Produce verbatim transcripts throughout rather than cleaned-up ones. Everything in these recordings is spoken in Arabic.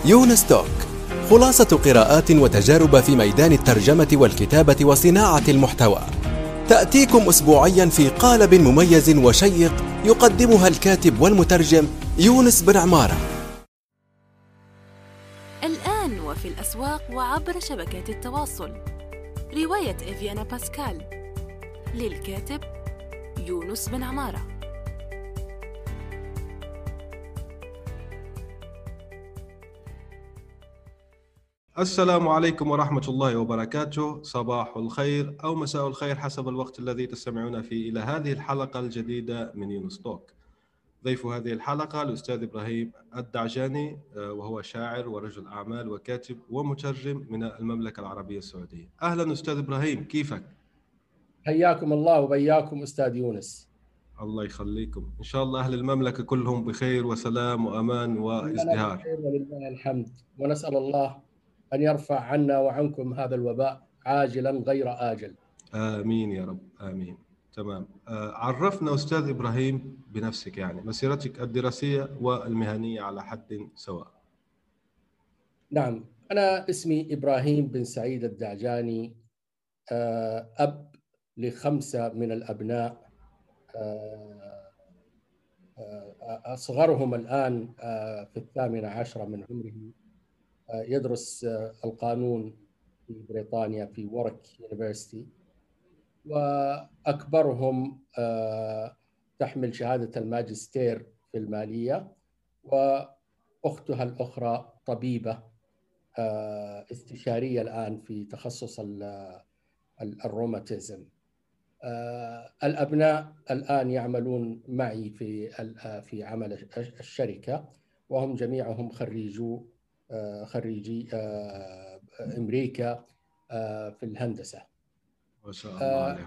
يونس توك، خلاصة قراءات وتجارب في ميدان الترجمة والكتابة وصناعة المحتوى، تأتيكم أسبوعيا في قالب مميز وشيق يقدمها الكاتب والمترجم يونس بن عمارة. الآن وفي الأسواق وعبر شبكات التواصل، رواية إفيانا باسكال للكاتب يونس بن عمارة. السلام عليكم ورحمة الله وبركاته، صباح الخير أو مساء الخير حسب الوقت الذي تستمعون فيه إلى هذه الحلقة الجديدة من يونس توك. ضيف هذه الحلقة الأستاذ إبراهيم الدعجاني، وهو شاعر ورجل أعمال وكاتب ومترجم من المملكة العربية السعودية. أهلا أستاذ إبراهيم، كيفك؟ حياكم الله وبياكم أستاذ يونس. الله يخليكم، إن شاء الله أهل المملكة كلهم بخير وسلام وأمان وازدهار. بخير ولله الحمد، ونسأل الله أن يرفع عنا وعنكم هذا الوباء عاجلا غير آجل. آمين يا رب، آمين. تمام. عرفنا أستاذ إبراهيم بنفسك، يعني مسيرتك الدراسية والمهنية على حد سواء. نعم، أنا اسمي إبراهيم بن سعيد الدعجاني، أب لخمسة من الأبناء، أصغرهم الآن في الثامنة عشرة من عمره، يدرس القانون في بريطانيا في وورك يونيفرسيتي، وأكبرهم تحمل شهادة الماجستير في المالية، وأختها الأخرى طبيبة استشارية الآن في تخصص الروماتيزم. الأبناء الآن يعملون معي في في عمل الشركة، وهم جميعهم خريجو خريجي أمريكا في الهندسة. ما شاء الله عليهم.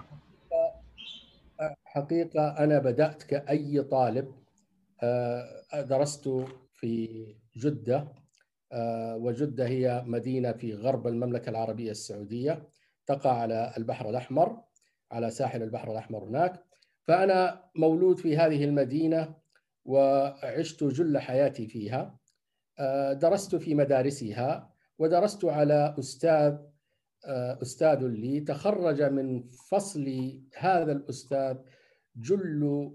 حقيقة أنا بدأت كأي طالب، درست في جدة، وجدة هي مدينة في غرب المملكة العربية السعودية، تقع على البحر الأحمر، على ساحل البحر الأحمر هناك. فأنا مولود في هذه المدينة وعشت جل حياتي فيها. درست في مدارسها، ودرست على أستاذ أستاذ لي تخرج من فصل هذا الأستاذ، جل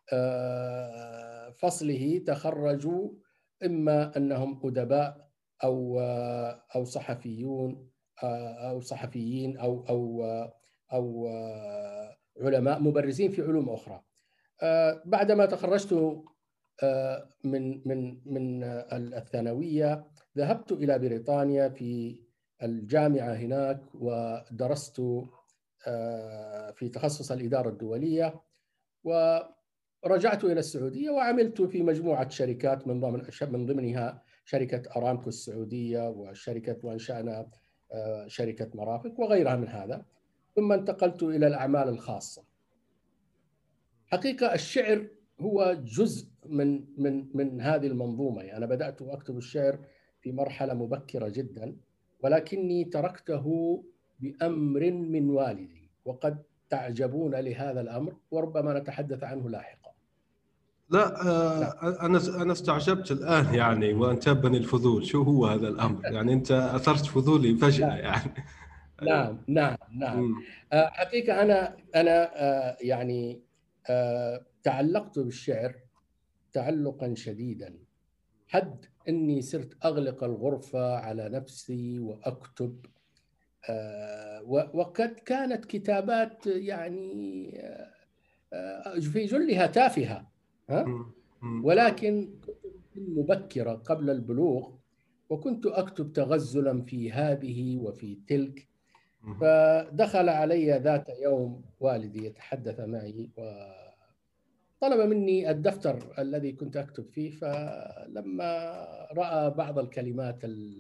فصله تخرجوا إما أنهم أدباء أو أو صحفيون أو صحفيين أو أو أو علماء مبرزين في علوم أخرى. بعدما تخرجت من من من الثانوية، ذهبت إلى بريطانيا في الجامعة هناك، ودرست في تخصص الإدارة الدولية، ورجعت إلى السعودية وعملت في مجموعة شركات، من ضمن من ضمنها شركة أرامكو السعودية، وشركة وأنشأنا شركة مرافق وغيرها من هذا. ثم انتقلت إلى الأعمال الخاصة. حقيقة الشعر هو جزء من من من هذه المنظومة. يعني أنا بدأت أكتب الشعر في مرحلة مبكرة جدا، ولكني تركته بأمر من والدي، وقد تعجبون لهذا الأمر، وربما نتحدث عنه لاحقا. لا آه أنا أنا استعجبت الآن يعني، وانتابني الفضول، شو هو هذا الأمر؟ يعني أنت أثرت فضولي فجأة. نعم. يعني نعم نعم نعم آه حقيقة أنا أنا آه يعني آه تعلقت بالشعر تعلقا شديدا، حد أني صرت أغلق الغرفة على نفسي وأكتب، آه وقد كانت كتابات يعني آه في جلها تافهة، ها؟ ولكن مبكرة قبل البلوغ، وكنت أكتب تغزلا في هذه وفي تلك. فدخل علي ذات يوم والدي يتحدث معي، وطلب مني الدفتر الذي كنت أكتب فيه. فلما رأى بعض الكلمات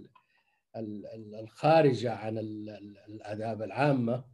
الخارجة عن الآداب العامة،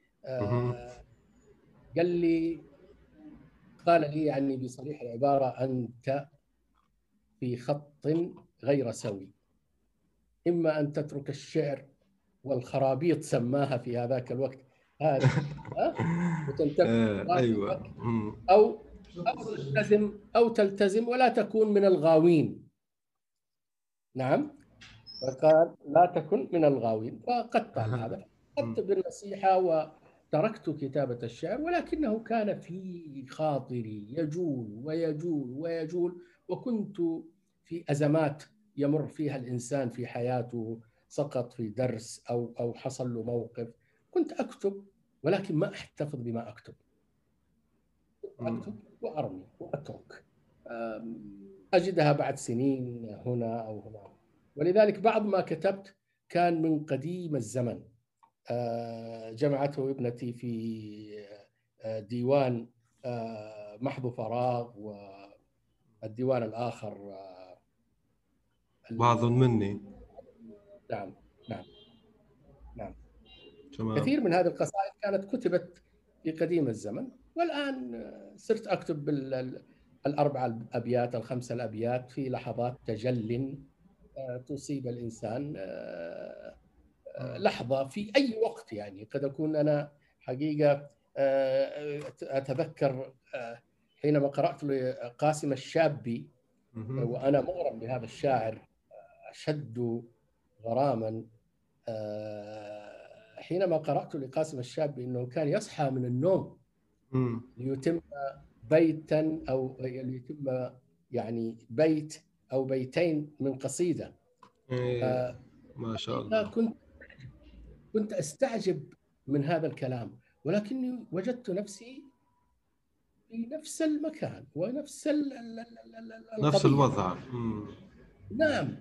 قال لي قال لي يعني بصريح العبارة: أنت في خط غير سوي، إما أن تترك الشعر والخرابيط سماها في هذاك الوقت هذه وتنتبه أيوة. أو أو تلتزم أو تلتزم ولا تكون من الغاوين. نعم. فقال لا تكن من الغاوين، فقطع هذا. أخذت بالنصيحة وتركت كتابة الشعر، ولكنه كان في خاطري يجول ويجول ويجول، وكنت في أزمات يمر فيها الإنسان في حياته، سقط في درس أو أو حصل له موقف، كنت أكتب ولكن ما أحتفظ بما أكتب، أكتب وأرمي وأترك، أجدها بعد سنين هنا أو هنا. ولذلك بعض ما كتبت كان من قديم الزمن، جمعته ابنتي في ديوان محض فراغ، والديوان الآخر بعض مني. نعم نعم نعم. تمام. كثير من هذه القصائد كانت كتبت في قديم الزمن، والآن صرت أكتب الأربع الأبيات الخمسة الأبيات في لحظات تجل تصيب الإنسان، لحظة في أي وقت. يعني قد أكون أنا حقيقة أتذكر حينما قرأت لقاسم الشابي وأنا مغرم بهذا الشاعر أشد غراما، حينما قرأت لقاسم الشابي أنه كان يصحى من النوم ليتم بيتا أو ليتم يعني بيت أو بيتين من قصيدة. إيه ما شاء الله. كنت كنت أستعجب من هذا الكلام، ولكني وجدت نفسي في نفس المكان ونفس القضية. نفس الوضع. نعم،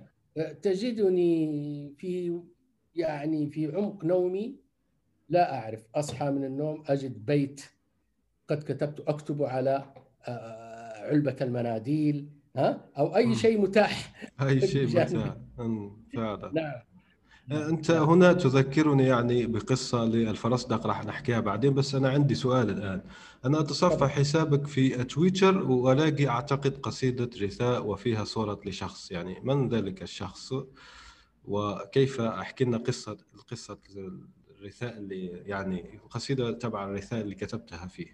تجدني في يعني في عمق نومي لا أعرف، أصحى من النوم أجد بيت قد كتبت أكتب على علبة المناديل، ها أو أي شيء متاح. أي شيء متاح فعلا. نعم. أنت هنا تذكرني يعني بقصة للفرزدق راح نحكيها بعدين، بس أنا عندي سؤال الآن. أنا أتصفح حسابك في تويتر وألاقي أعتقد قصيدة رثاء وفيها صورة لشخص، يعني من ذلك الشخص؟ وكيف أحكي لنا قصة القصة الرثاء اللي يعني القصيدة تبع الرثاء اللي كتبتها فيه؟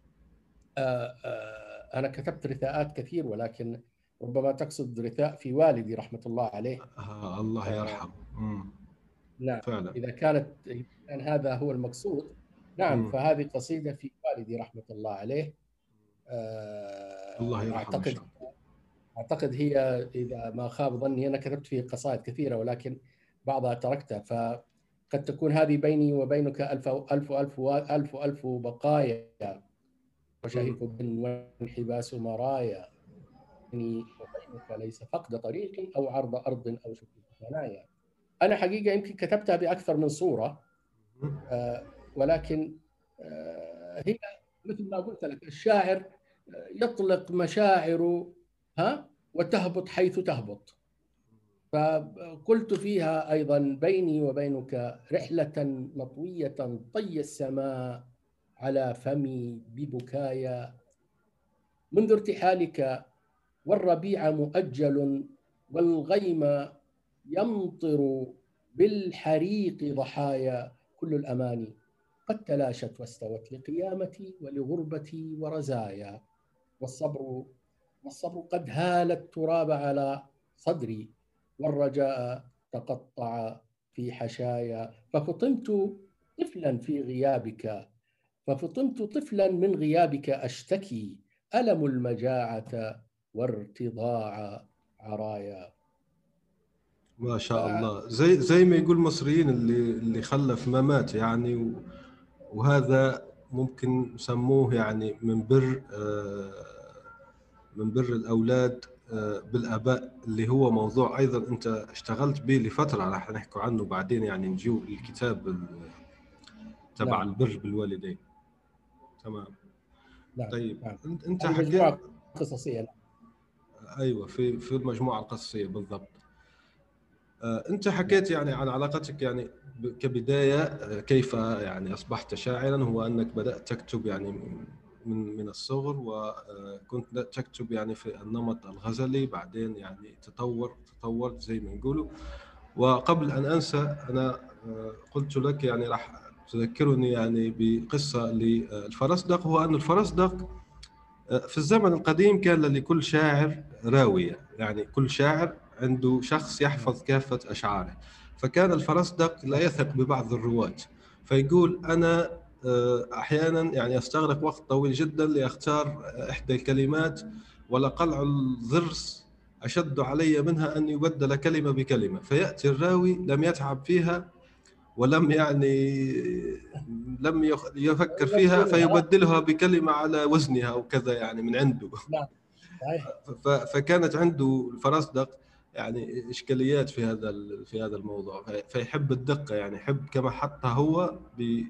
آه آه أنا كتبت رثاءات كثير، ولكن ربما تقصد رثاء في والدي رحمة الله عليه. آه الله يرحمه. آه نعم فعلا. إذا كانت كان هذا هو المقصود، نعم. مم. فهذه قصيدة في والدي رحمة الله عليه. آه الله يرحمه. أعتقد أعتقد هي إذا ما خاب ظني أنا كتبت فيه قصائد كثيرة، ولكن بعضها تركتها، فقد تكون هذه بيني وبينك ألف ألف ألف ألف ألف بقايا، وشهيق بن وانحباس مرايا، بيني وبينك ليس فقد طريق أو عرض أرض أو شتيت ثنايا. أنا حقيقة يمكن كتبتها بأكثر من صورة، آه ولكن آه هي مثل ما قلت لك، الشاعر يطلق مشاعره ها وتهبط حيث تهبط. فقلت فيها أيضا بيني وبينك رحلة مطوية طي السماء على فمي ببكايا، منذ ارتحالك والربيع مؤجل والغيم يمطر بالحريق ضحايا، كل الأماني قد تلاشت واستوت لقيامتي ولغربتي ورزايا، والصبر والصبر قد هال التراب على صدري والرجاء تقطع في حشايا، ففطمت طفلا في غيابك ففطمت طفلا من غيابك أشتكي ألم المجاعة وارتضاع عرايا. ما شاء الله. زي زي ما يقول المصريين اللي اللي خلف ما مات يعني، وهذا ممكن نسموه يعني من بر من بر الأولاد بالآباء، اللي هو موضوع أيضا أنت اشتغلت به لفترة راح نحكي عنه بعدين، يعني نجيو الكتاب تبع نعم. البر بالوالدين. تمام. نعم. طيب نعم. أنت حكيت قصصية. أيوة في في المجموعة القصصية بالضبط. أنت حكيت يعني عن علاقتك يعني كبداية كيف يعني أصبحت شاعرا، هو أنك بدأت تكتب يعني من من الصغر، وكنت تكتب يعني في النمط الغزلي، بعدين يعني تطور تطورت زي ما نقولوا. وقبل أن أنسى أنا قلت لك يعني راح تذكرني يعني بقصة للفرزدق، هو أن الفرزدق في الزمن القديم كان لكل شاعر راوية، يعني كل شاعر عنده شخص يحفظ كافة أشعاره. فكان الفرزدق لا يثق ببعض الرواة، فيقول أنا أحيانا يعني أستغرق وقت طويل جدا لأختار إحدى الكلمات، ولقلع الضرس أشد علي منها أن يبدل كلمة بكلمة. فيأتي الراوي لم يتعب فيها ولم يعني لم يفكر فيها فيبدلها بكلمة على وزنها أو كذا يعني من عنده. فكانت عنده الفرزدق يعني إشكاليات في هذا في هذا الموضوع، فيحب الدقة، يعني يحب كما حتى هو ب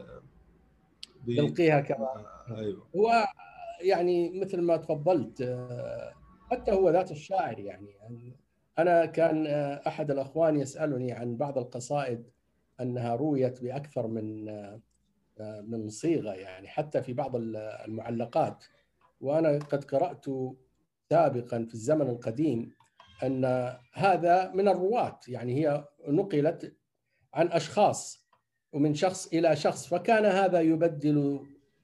يلقيها كما أيوه. هو يعني مثل ما تفضلت، حتى هو ذات الشاعر. يعني أنا كان أحد الأخوان يسألني عن بعض القصائد أنها رويت بأكثر من من صيغة، يعني حتى في بعض المعلقات. وأنا قد قرأت سابقا في الزمن القديم أن هذا من الرواة، يعني هي نقلت عن أشخاص ومن شخص إلى شخص، فكان هذا يبدل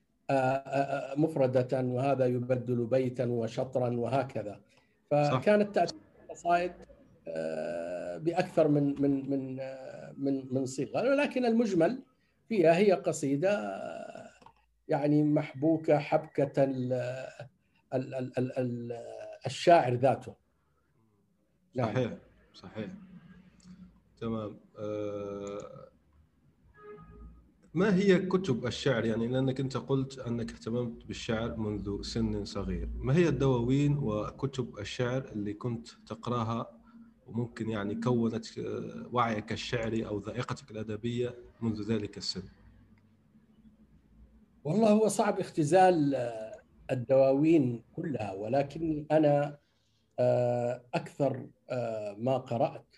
مفردة وهذا يبدل بيتا وشطرا وهكذا. فكانت تأتي القصائد بأكثر من من من من من صيغة، ولكن المجمل فيها هي قصيدة يعني محبوكة حبكة ال ال ال ال ال الشاعر ذاته. صحيح نعم. صحيح تمام. أه ما هي كتب الشعر؟ يعني لأنك أنت قلت أنك اهتممت بالشعر منذ سن صغير، ما هي الدواوين وكتب الشعر اللي كنت تقراها وممكن يعني كونت وعيك الشعري أو ذائقتك الأدبية منذ ذلك السن؟ والله هو صعب اختزال الدواوين كلها، ولكني أنا أكثر ما قرأت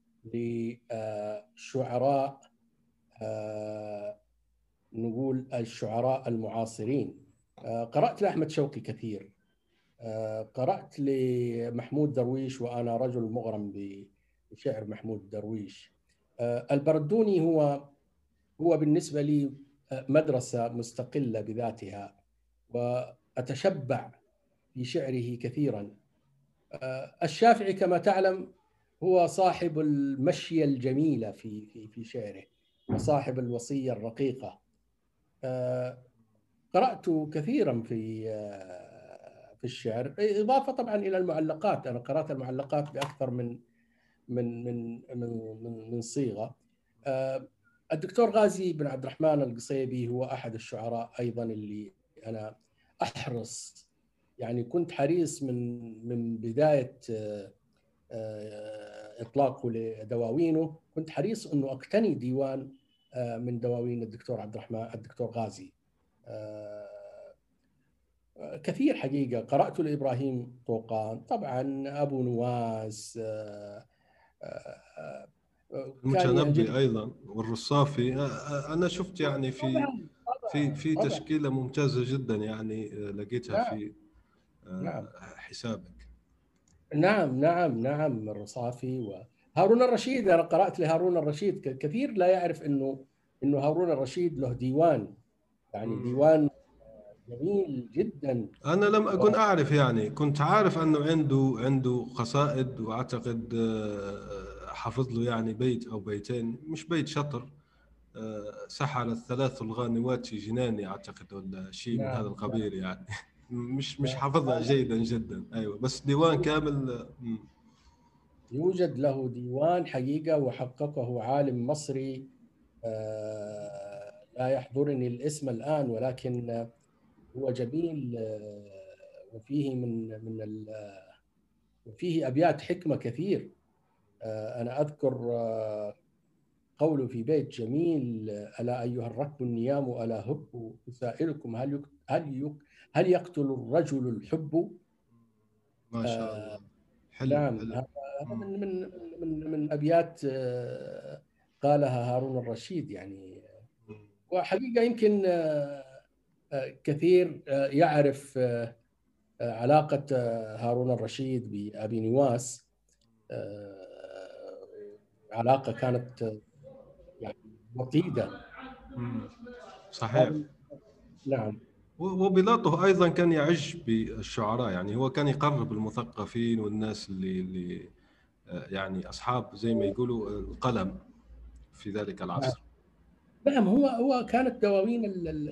لشعراء نقول الشعراء المعاصرين. قرأت لأحمد شوقي كثير، قرأت لمحمود درويش وأنا رجل مغرم بشعر محمود درويش. البردوني هو هو بالنسبة لي مدرسة مستقلة بذاتها، وأتشبع في شعره كثيرا. الشافعي كما تعلم هو صاحب المشية الجميلة في في في شعره وصاحب الوصية الرقيقة. قرأت كثيرا في في الشعر، إضافة طبعا إلى المعلقات. أنا قرأت المعلقات بأكثر من من من من من صيغة. الدكتور غازي بن عبد الرحمن القصيبي هو أحد الشعراء أيضا اللي أنا أحرص، يعني كنت حريص من من بداية إطلاقه لدواوينه، كنت حريص أنه أقتني ديوان من دواوين الدكتور عبد الرحمن الدكتور غازي. كثير حقيقة قرأت لإبراهيم طوقان، طبعا أبو نواس، المتنبي أيضا والرصافي. أنا شفت يعني في في في تشكيلة ممتازة جدا يعني لقيتها في حسابك. نعم نعم نعم الرصافي وهارون الرشيد. أنا قرأت لهارون الرشيد، كثير لا يعرف إنه إنه هارون الرشيد له ديوان، يعني ديوان جميل جدا. أنا لم أكن أعرف، يعني كنت عارف أنه عنده عنده قصائد، وأعتقد حفظ له يعني بيت أو بيتين، مش بيت شطر، سحر الثلاث الغانوات في جناني أعتقد، ولا شيء من هذا القبيل يعني. مش مش حافظها جيدا جدا. أيوة، بس ديوان كامل. يوجد له ديوان حقيقة وحققه عالم مصري لا يحضرني الاسم الآن، ولكن هو جميل وفيه من من وفيه أبيات حكمة كثير. أنا أذكر قوله في بيت جميل: ألا أيها الركب النيام ألا هب أسائلكم هل هل هل يقتل الرجل الحب؟ ما شاء الله. حلو. نعم، هذا من من من من أبيات قالها هارون الرشيد يعني. وحقيقة يمكن كثير يعرف علاقة هارون الرشيد بأبي نواس، علاقة كانت يعني وطيدة. صحيح. نعم. وبلاطه أيضا كان يعج بالشعراء، يعني هو كان يقرب المثقفين والناس اللي اللي يعني أصحاب زي ما يقولوا القلم في ذلك العصر. نعم، هو هو كانت دواوين ال ال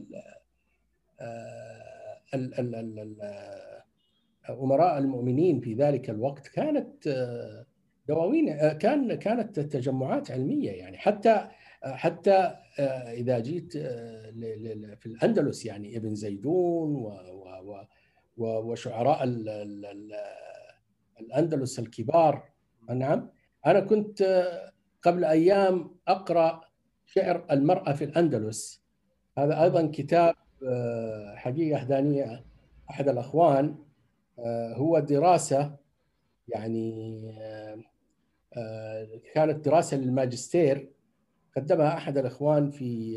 ال ال ال أمراء المؤمنين في ذلك الوقت كانت دواوين، كان كانت تجمعات علمية. يعني حتى حتى إذا جيت في الأندلس، يعني ابن زيدون وشعراء الأندلس الكبار. نعم، أنا كنت قبل أيام أقرأ شعر المرأة في الأندلس. هذا أيضا كتاب حقيقة أهدانية أحد الأخوان، هو دراسة يعني كانت دراسة للماجستير قدمها أحد الأخوان في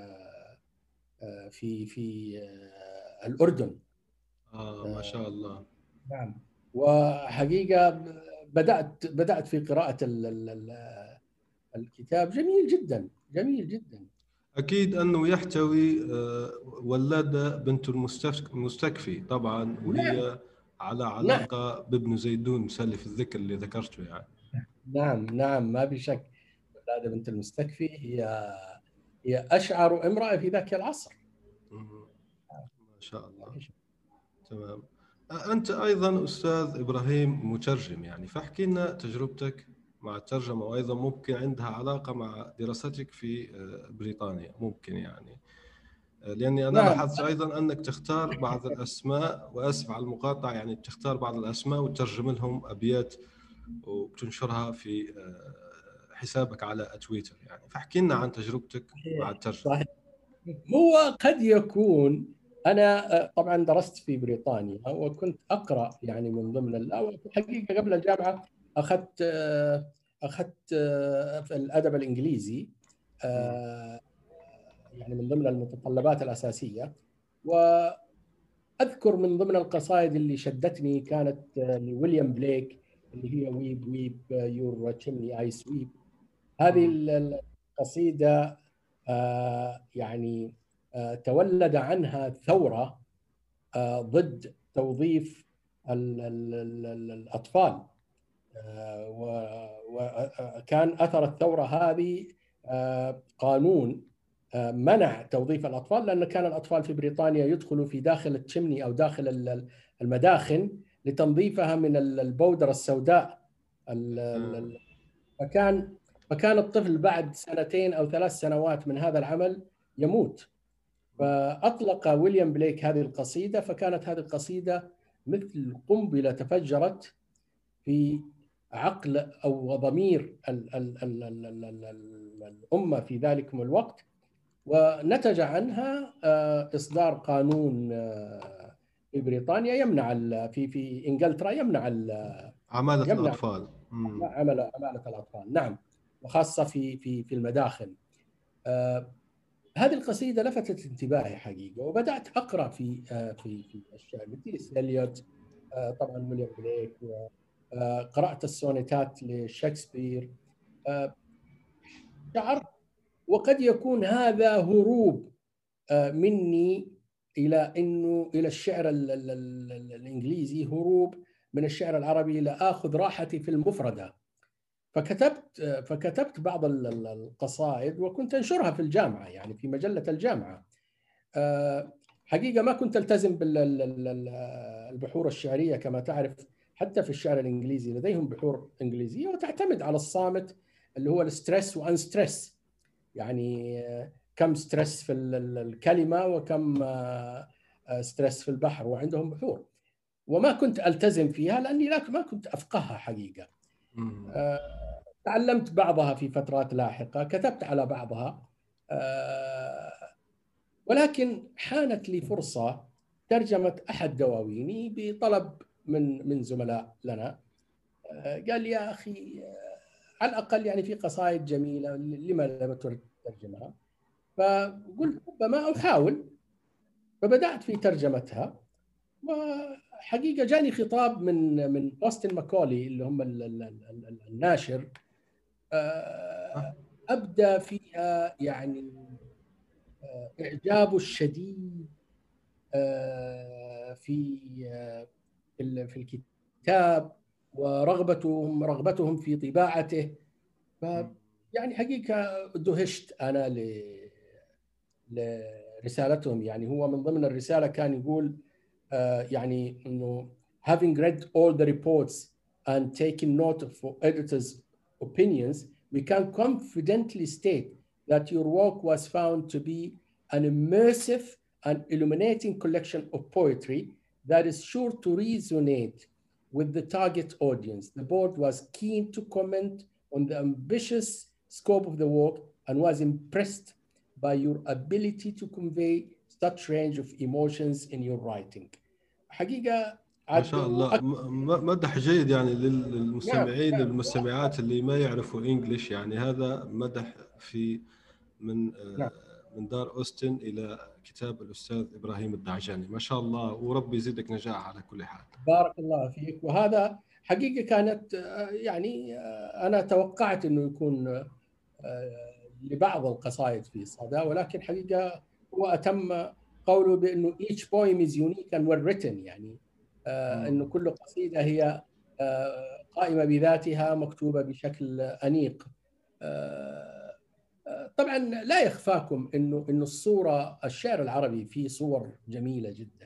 في في الأردن. آه ما شاء الله. نعم، وحقيقة بدأت بدأت في قراءة الكتاب. جميل جدا، جميل جدا. أكيد أنه يحتوي ولادة بنت المستكفي طبعا، وهي نعم. على علاقة نعم. بابن زيدون مسلف الذكر اللي ذكرته يعني. نعم نعم، ما في شك. ولادة بنت المستكفي هي هي أشعر امرأة في ذاك العصر. ما شاء الله. تمام. أنت أيضا أستاذ إبراهيم مترجم، يعني فاحكي لنا تجربتك مع الترجمة، وأيضا ممكن عندها علاقة مع دراستك في بريطانيا ممكن، يعني لأني أنا نعم. لاحظت أيضا أنك تختار بعض الأسماء، وأسف على المقاطعة، يعني تختار بعض الأسماء وتترجم لهم أبيات وبتنشرها في حسابك على تويتر، يعني فاحكي لنا عن تجربتك مع الترجمة. صحيح. هو قد يكون أنا طبعا درست في بريطانيا وكنت أقرأ يعني من ضمن الحقيقة قبل الجامعة أخذت أخذت في الأدب الإنجليزي يعني من ضمن المتطلبات الأساسية. وأذكر من ضمن القصائد اللي شدتني كانت لويليام بليك اللي هي ويب ويب يور تشيمني اي سويب. هذه القصيدة يعني تولد عنها ثورة ضد توظيف الأطفال، وكان أثر الثورة هذه قانون منع توظيف الأطفال، لأن كان الأطفال في بريطانيا يدخلوا في داخل التشمني أو داخل المداخن لتنظيفها من البودرة السوداء. فكان فكان الطفل بعد سنتين أو ثلاث سنوات من هذا العمل يموت. فأطلق ويليام بليك هذه القصيدة، فكانت هذه القصيدة مثل قنبلة تفجرت في عقل أو ضمير الأمة في ذلك الوقت، ونتج عنها إصدار قانون في بريطانيا يمنع في في إنجلترا يمنع عمالة يمنع الأطفال عمل عمالة الأطفال. نعم، وخاصة في في في المداخن. هذه القصيدة لفتت انتباهي حقيقة، وبدأت أقرأ في في في الشعر مثل إليوت، طبعا ويليام بليك، وقرأت السونيتات لشكسبير. شعرت وقد يكون هذا هروب مني إلى إنه إلى الشعر الإنجليزي، هروب من الشعر العربي لآخذ راحتي في المفردة. فكتبت فكتبت بعض القصائد وكنت انشرها في الجامعه، يعني في مجله الجامعه. حقيقه ما كنت التزم بالبحور الشعريه، كما تعرف حتى في الشعر الانجليزي لديهم بحور انجليزيه وتعتمد على الصامت اللي هو الستريس وان ستريس، يعني كم ستريس في الكلمه وكم ستريس في البحر، وعندهم بحور. وما كنت التزم فيها لاني ما كنت افقهها حقيقه. تعلمت بعضها في فترات لاحقة، كتبت على بعضها، ولكن حانت لي فرصة ترجمة أحد دواويني بطلب من من زملاء لنا. قال يا أخي على الأقل يعني في قصائد جميلة، لما لم ترجمها؟ فقلت ربما أحاول، فبدأت في ترجمتها. وحقيقة جاني خطاب من من أوستن ماكولي اللي هم الناشر، أبدأ فيها يعني إعجابه الشديد في في الكتاب، ورغبتهم رغبتهم في طباعته. ف يعني حقيقة دهشت أنا ل لرسالتهم. يعني هو من ضمن الرسالة كان يقول آه يعني إنه having read all the reports and taken note of editors' opinions, we can confidently state that your work was found to be an immersive and illuminating collection of poetry that is sure to resonate with the target audience. The board was keen to comment on the ambitious scope of the work and was impressed by your ability to convey such range of emotions in your writing. حقيقة ما شاء الله، مدح جيد يعني للمستمعين والمستمعات اللي ما يعرفوا انجليش. يعني هذا مدح في من نعم. من دار أوستن إلى كتاب الأستاذ إبراهيم الدعجاني. ما شاء الله، وربي يزيدك نجاح على كل حال. بارك الله فيك. وهذا حقيقة كانت يعني أنا توقعت أنه يكون لبعض القصائد في صدى، ولكن حقيقة هو أتم قوله بأنه each poem is unique and well written. يعني أنه كل قصيدة هي قائمة بذاتها، مكتوبة بشكل أنيق. طبعا لا يخفاكم انه انه الصوره الشعر العربي فيه صور جميله جدا،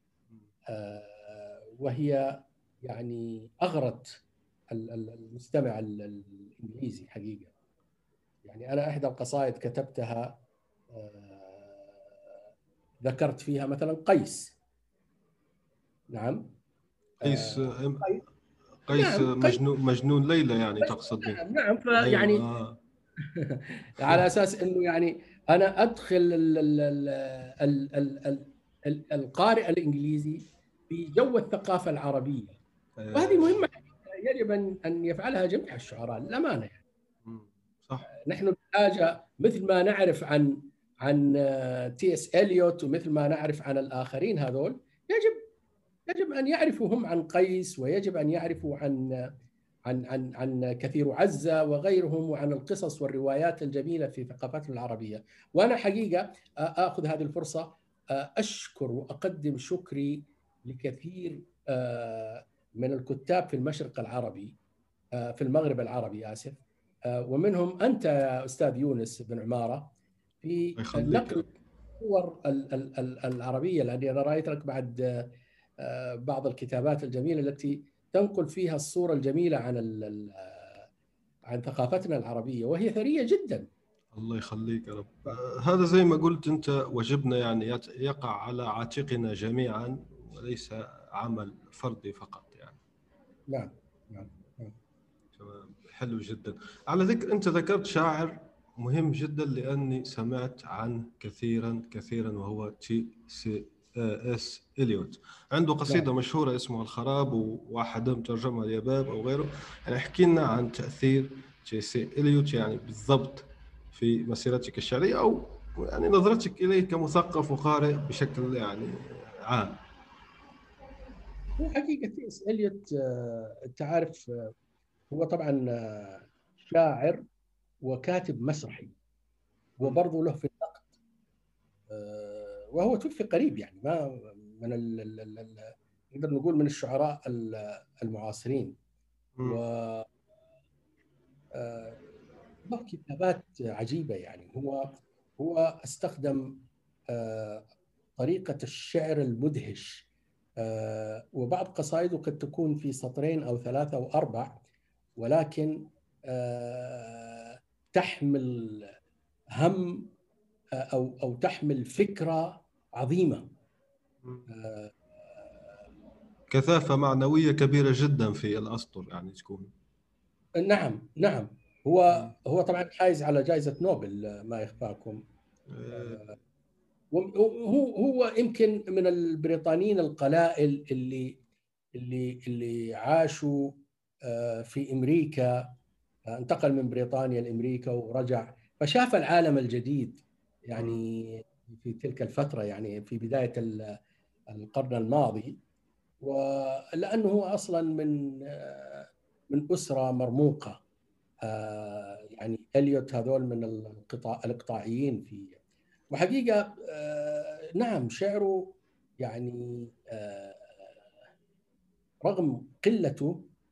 وهي يعني اغرت المستمع الانجليزي حقيقه. يعني انا احدى القصائد كتبتها ذكرت فيها مثلا قيس. نعم قيس قيس نعم. مجنون مجنون ليلى يعني تقصد به. نعم, نعم. فيعني أيوة. على اساس انه يعني انا ادخل ال ال ال ال ال القارئ الانجليزي في جو الثقافه العربيه، وهذه مهمه يجب ان ان يفعلها جميع الشعراء للامانه. يعني صح. نحن بحاجه مثل ما نعرف عن عن تي اس اليوت ومثل ما نعرف عن الاخرين هذول، يجب يجب ان يعرفوا هم عن قيس، ويجب ان يعرفوا عن عن عن عن كثير عزة وغيرهم، وعن القصص والروايات الجميلة في ثقافتنا العربية. وأنا حقيقة آخذ هذه الفرصة أشكر وأقدم شكري لكثير من الكتاب في المشرق العربي، في المغرب العربي آسف، ومنهم أنت يا أستاذ يونس بن عمارة في نقل الصور العربية، لأني أنا رأيت لك بعد بعض الكتابات الجميلة التي تنقل فيها الصورة الجميلة عن عن ثقافتنا العربية، وهي ثرية جدا. الله يخليك يا رب. هذا زي ما قلت أنت واجبنا يعني يقع على عاتقنا جميعا، وليس عمل فردي فقط يعني. نعم نعم. تمام، حلو جدا. على ذكر أنت ذكرت شاعر مهم جدا لأني سمعت عنه كثيرا كثيرا، وهو تي سي اس إليوت. عنده قصيدة لا. مشهورة اسمها الخراب، وواحد مترجمها اليباب أو غيره. يعني احكي لنا عن تأثير تي سي إليوت يعني بالضبط في مسيرتك الشعرية، أو يعني نظرتك إليه كمثقف وقارئ بشكل يعني عام. هو حقيقة تي اس إليوت أنت عارف هو طبعا شاعر وكاتب مسرحي، وبرضه له في النقد، وهو توفي قريب. يعني ما من نقدر نقول من الشعراء المعاصرين، و له كتابات عجيبة. يعني هو هو استخدم طريقة الشعر المدهش، وبعض قصائده قد تكون في سطرين أو ثلاثة أو أربع، ولكن تحمل هم أو أو تحمل فكرة عظيمة، كثافة معنوية كبيرة جدا في الأسطر يعني تكون. نعم نعم. هو هو طبعا حائز على جائزة نوبل ما يخفاكم. هو هو يمكن من البريطانيين القلائل اللي اللي اللي عاشوا في أمريكا، انتقل من بريطانيا لأمريكا ورجع، فشاف العالم الجديد يعني في تلك الفترة، يعني في بداية القرن الماضي. ولأنه هو أصلا من من أسرة مرموقة، يعني إليوت هذول من القطاع الإقطاعيين في، وحقيقة نعم شعره يعني رغم قلته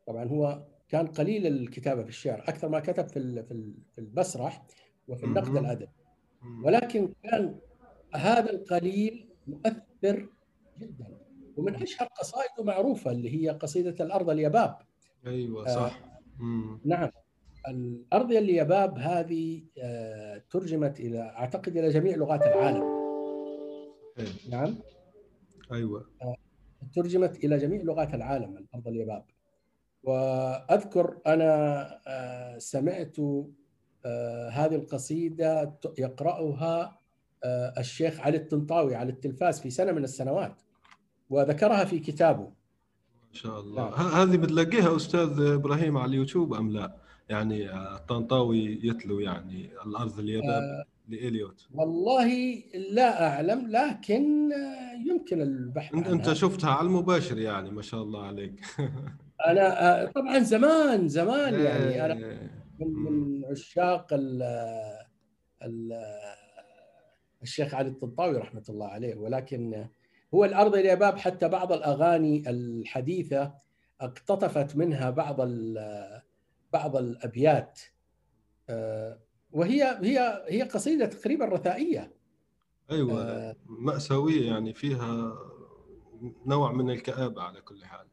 طبعا هو كان قليل الكتابة في الشعر، أكثر ما كتب في في المسرح وفي النقد الأدبي، ولكن كان هذا القليل مؤثر جدا. ومن أشهر قصائده معروفة اللي هي قصيدة الأرض اليباب. أيوة صح. آه نعم، الأرض اليباب هذه آه ترجمت إلى أعتقد إلى جميع لغات العالم. أيوة. نعم أيوة آه ترجمت إلى جميع لغات العالم الأرض اليباب. وأذكر أنا آه سمعت آه هذه القصيدة يقرأها آه الشيخ علي الطنطاوي على التلفاز في سنة من السنوات، وذكرها في كتابه. ما شاء الله. نعم. هذه بتلاقيها أستاذ إبراهيم على اليوتيوب أم لا؟ يعني الطنطاوي يتلو يعني الأرض اليباب آه لإليوت. والله لا أعلم، لكن يمكن البحث عنها. أنت شفتها على المباشر يعني، ما شاء الله عليك. أنا طبعا زمان زمان يعني أنا من من عشاق ال ال الشيخ علي الطنطاوي رحمة الله عليه، ولكن هو الأرض اليباب حتى بعض الأغاني الحديثة اقتطفت منها بعض بعض الأبيات، وهي هي هي قصيدة تقريبا رثائية. أيوة آه مأساوية يعني، فيها نوع من الكآبة على كل حال.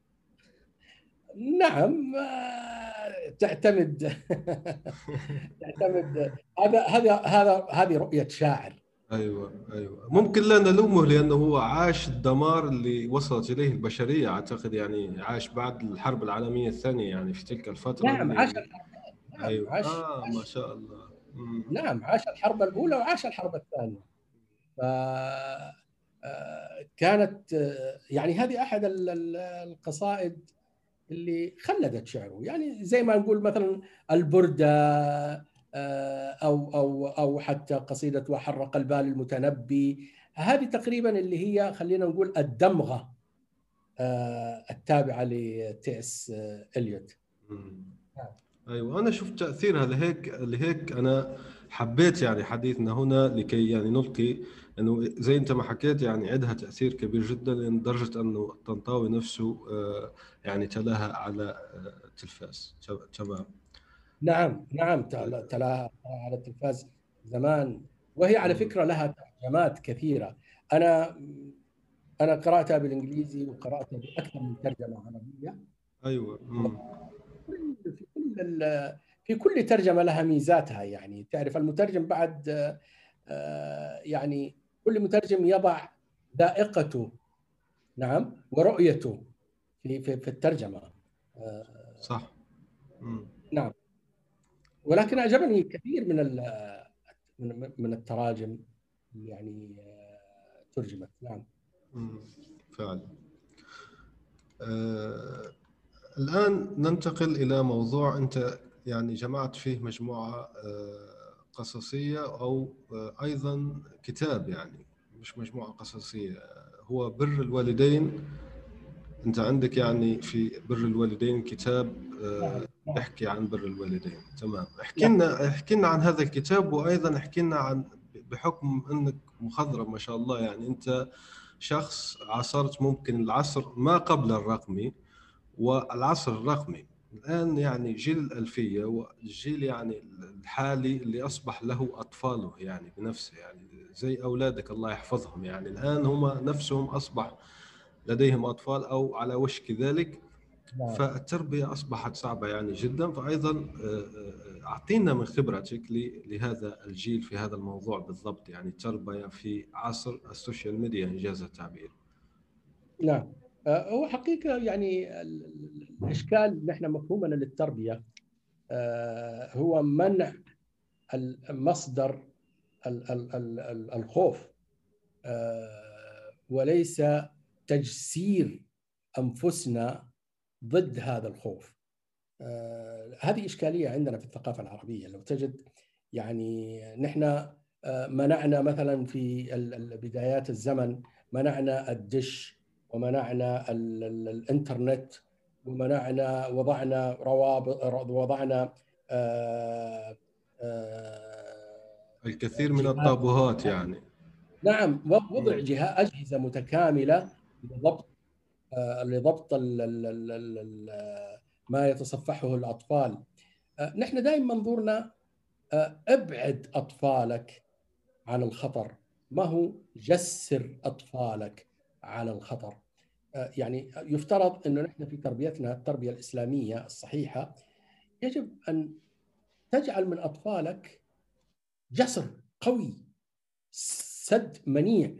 نعم تعتمد تعتمد هذا هذا هذا هذه رؤية شاعر. ايوه ايوه ممكن لا نلومه لانه هو عاش الدمار اللي وصلت اليه البشريه، اعتقد يعني عاش بعد الحرب العالميه الثانيه يعني في تلك الفتره. نعم اللي... عاش الحرب. نعم أيوة. عاش اه عاش ما شاء الله. مم. نعم عاش الحرب الاولى وعاش الحرب الثانيه. ف كانت يعني هذه احد القصائد اللي خلدت شعره، يعني زي ما نقول مثلا البردة أو أو أو حتى قصيدة وحرق البال المتنبي، هذه تقريبا اللي هي خلينا نقول الدمغة التابعة لتيس إليوت. أيوة أنا شفت تأثيرها لهيك لهيك أنا حبيت يعني حديثنا هنا لكي يعني نلقي انه زي انت ما حكيت يعني عندها تاثير كبير جدا لدرجه انه الطنطاوي نفسه يعني تلاها على التلفاز. تمام. نعم نعم تلاها على التلفاز زمان، وهي على فكره لها ترجمات كثيره. انا انا قراتها بالانجليزي وقراتها باكثر من ترجمه عربيه. ايوه. في كل في كل ترجمه لها ميزاتها، يعني تعرف المترجم بعد يعني كل مترجم يضع ذائقته نعم ورؤيته في في في الترجمه. صح. مم. نعم. ولكن اعجبني كثير من من التراجم يعني ترجمت. نعم. مم. فعلا. آه الان ننتقل الى موضوع انت يعني جمعت فيه مجموعه آه قصصية أو أيضا كتاب، يعني مش مجموعة قصصية، هو بر الوالدين. أنت عندك يعني في بر الوالدين كتاب يحكي عن بر الوالدين. تمام. احكي لنا احكي لنا عن هذا الكتاب، وأيضا احكي لنا عن بحكم أنك مخضرم ما شاء الله، يعني أنت شخص عاصرت ممكن العصر ما قبل الرقمي والعصر الرقمي الآن، يعني جيل الألفية والجيل يعني الحالي اللي أصبح له أطفاله يعني بنفسه، يعني زي أولادك الله يحفظهم، يعني الآن هم نفسهم أصبح لديهم أطفال أو على وشك ذلك. فالتربية أصبحت صعبة يعني جدا. فأيضا أعطينا من خبرتك لهذا الجيل في هذا الموضوع بالضبط، يعني التربية في عصر السوشيال ميديا إنجاز التعبير. نعم. هو حقيقة يعني الإشكال نحن مفهومنا للتربية هو منع مصدر الخوف وليس تجسير أنفسنا ضد هذا الخوف. هذه إشكالية عندنا في الثقافة العربية. لو تجد يعني نحن منعنا مثلا في بدايات الزمن منعنا الدش ومنعنا الانترنت ومنعنا وضعنا روابط وضعنا آآ آآ الكثير من الطابوهات يعني. نعم. وضع جهاز أجهزة متكاملة لضبط لضبط ما يتصفحه الأطفال. نحن دائما منظورنا ابعد أطفالك عن الخطر، ما هو جسر أطفالك على الخطر. يعني يفترض أنه نحن في تربيتنا التربية الإسلامية الصحيحة يجب أن تجعل من أطفالك جسر قوي، سد منيع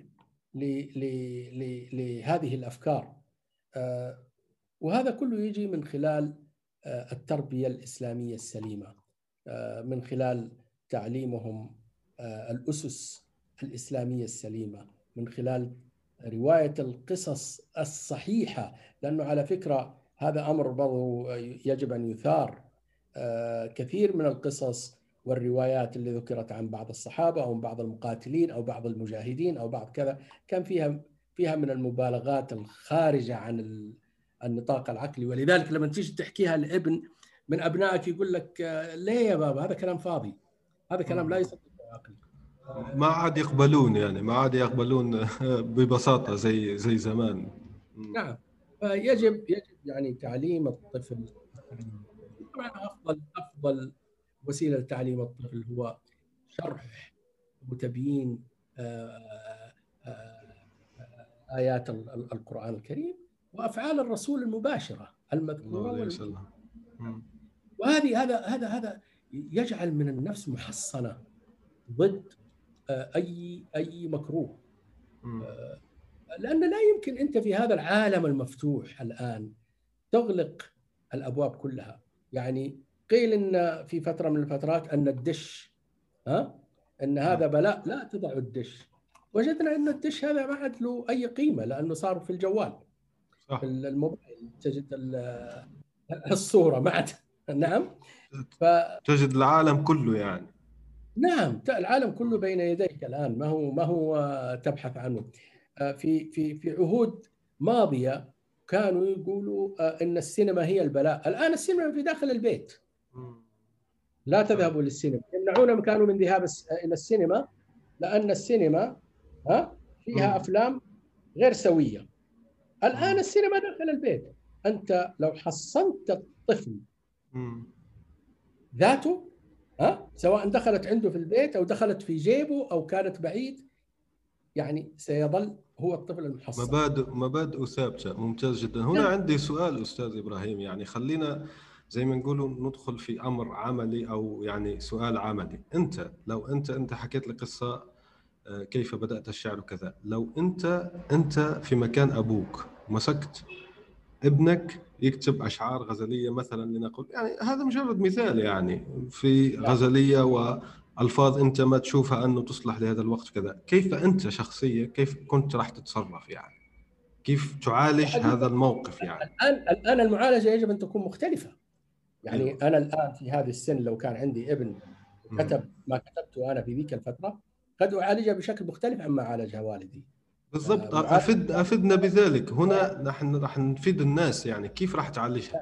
لهذه الأفكار، وهذا كله يجي من خلال التربية الإسلامية السليمة، من خلال تعليمهم الأسس الإسلامية السليمة، من خلال رواية القصص الصحيحة، لأنه على فكرة هذا أمر برضو يجب أن يثار. كثير من القصص والروايات اللي ذكرت عن بعض الصحابة أو بعض المقاتلين أو بعض المجاهدين أو بعض كذا كان فيها فيها من المبالغات الخارجة عن النطاق العقلي، ولذلك لما تيجي تحكيها لابن من أبنائك يقول لك ليه يا بابا، هذا كلام فاضي، هذا كلام لا يصدق العقل. ما عاد يقبلون يعني ما عاد يقبلون ببساطة زي زي زمان. نعم، فيجب يجب يعني تعليم الطفل. طبعا أفضل أفضل وسيلة لتعليم الطفل هو شرح وتبيين آيات القرآن الكريم وأفعال الرسول المباشرة المذكورة، وهذه هذا هذا هذا يجعل من النفس محصنة ضد أي أي مكروه، لأن لا يمكن أنت في هذا العالم المفتوح الآن تغلق الأبواب كلها. يعني قيل إن في فترة من الفترات أن الدش ها أن هذا بلاء، لا تضع الدش. وجدنا أن الدش هذا ما عاد له أي قيمة، لأنه صار في الجوال صح. في الموبايل تجد الصورة ما عاد. نعم، ف... تجد العالم كله يعني. نعم، العالم كله بين يديك الآن، ما هو ما هو تبحث عنه. في في في عهود ماضية كانوا يقولوا أن السينما هي البلاء، الآن السينما في داخل البيت. لا تذهبوا للسينما، يمنعون كانوا من ذهاب إلى السينما لأن السينما ها فيها أفلام غير سوية. الآن السينما داخل البيت. أنت لو حصنت الطفل ذاته ها سواء دخلت عنده في البيت أو دخلت في جيبه أو كانت بعيد، يعني سيظل هو الطفل المحصن. مبادئ مبادئ ثابتة. ممتاز جدا. هنا نعم. عندي سؤال أستاذ إبراهيم، يعني خلينا زي ما نقولوا ندخل في أمر عملي أو يعني سؤال عملي. أنت لو أنت أنت حكيت لي قصة كيف بدأت الشعر وكذا، لو أنت أنت في مكان أبوك مسكت ابنك يكتب أشعار غزلية مثلا لنقول، يعني هذا مجرد مثال، يعني في غزلية وألفاظ أنت ما تشوفها أنه تصلح لهذا الوقت كذا، كيف أنت شخصيا كيف كنت راح تتصرف؟ يعني كيف تعالج هذا الموقف؟ يعني الآن الآن المعالجة يجب أن تكون مختلفة. يعني أيوة. أنا الآن في هذه السن لو كان عندي ابن كتب ما كتبته أنا في ذيك الفترة قد أعالجها بشكل مختلف عما عالجها والدي. بالضبط. أفد أفدنا بذلك. هنا نحن راح نفيد الناس، يعني كيف راح تعالجها؟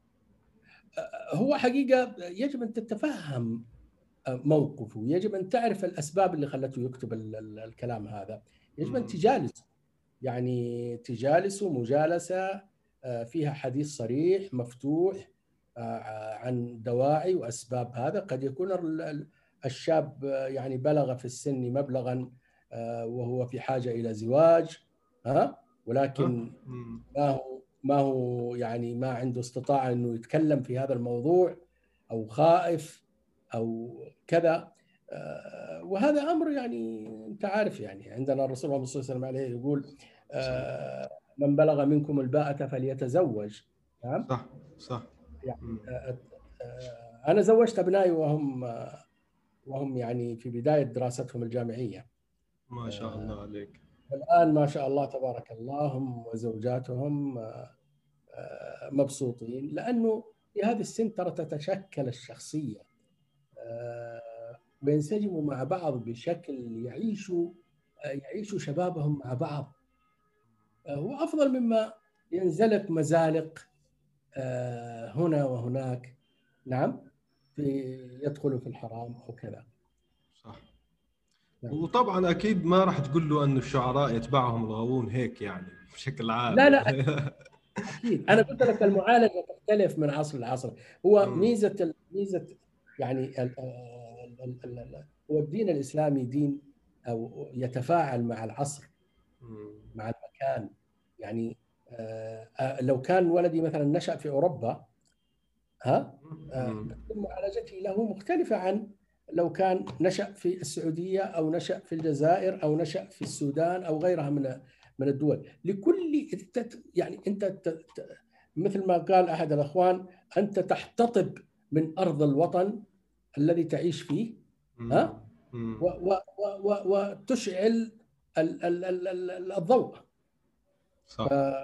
هو حقيقة يجب أن تتفهم موقفه، يجب أن تعرف الأسباب اللي خلته يكتب الكلام هذا، يجب أن تجالس، يعني تجالسه مجالسة فيها حديث صريح مفتوح عن دواعي وأسباب هذا. قد يكون الشاب يعني بلغ في السن مبلغا وهو في حاجة إلى زواج ها ولكن ما هو ما هو يعني ما عنده استطاعة إنه يتكلم في هذا الموضوع أو خائف أو كذا. وهذا أمر يعني أنت عارف، يعني عندنا الرسول صلى الله عليه وسلم يقول من بلغ منكم الباءة فليتزوج. نعم صح صح. يعني أنا زوجت أبنائي وهم وهم يعني في بداية دراستهم الجامعية. ما شاء الله عليك. الآن ما شاء الله تبارك الله هم وزوجاتهم مبسوطين، لأنه في هذه السن ترى تتشكل الشخصية وينسجموا مع بعض بشكل يعيشوا يعيشوا شبابهم مع بعض. هو أفضل مما ينزلق مزالق هنا وهناك. نعم، في يدخلوا في الحرام أو كذا. صح. نعم. وطبعا أكيد ما راح تقول له أن الشعراء يتبعهم الغاوون هيك يعني بشكل عام. لا لا اكيد انا قلت لك المعالجه تختلف من عصر لعصر. هو ميزه ميزه يعني ال ال ال ال هو الدين الاسلامي دين او يتفاعل مع العصر مع المكان. يعني لو كان ولدي مثلا نشأ في اوروبا ها بتكون معالجتي له مختلفه عن لو كان نشأ في السعوديه او نشأ في الجزائر او نشأ في السودان او غيرها من من الدول. لكل يعني انت مثل ما قال احد الاخوان، انت تحتطب من ارض الوطن الذي تعيش فيه ها وتشعل الضوء. صح.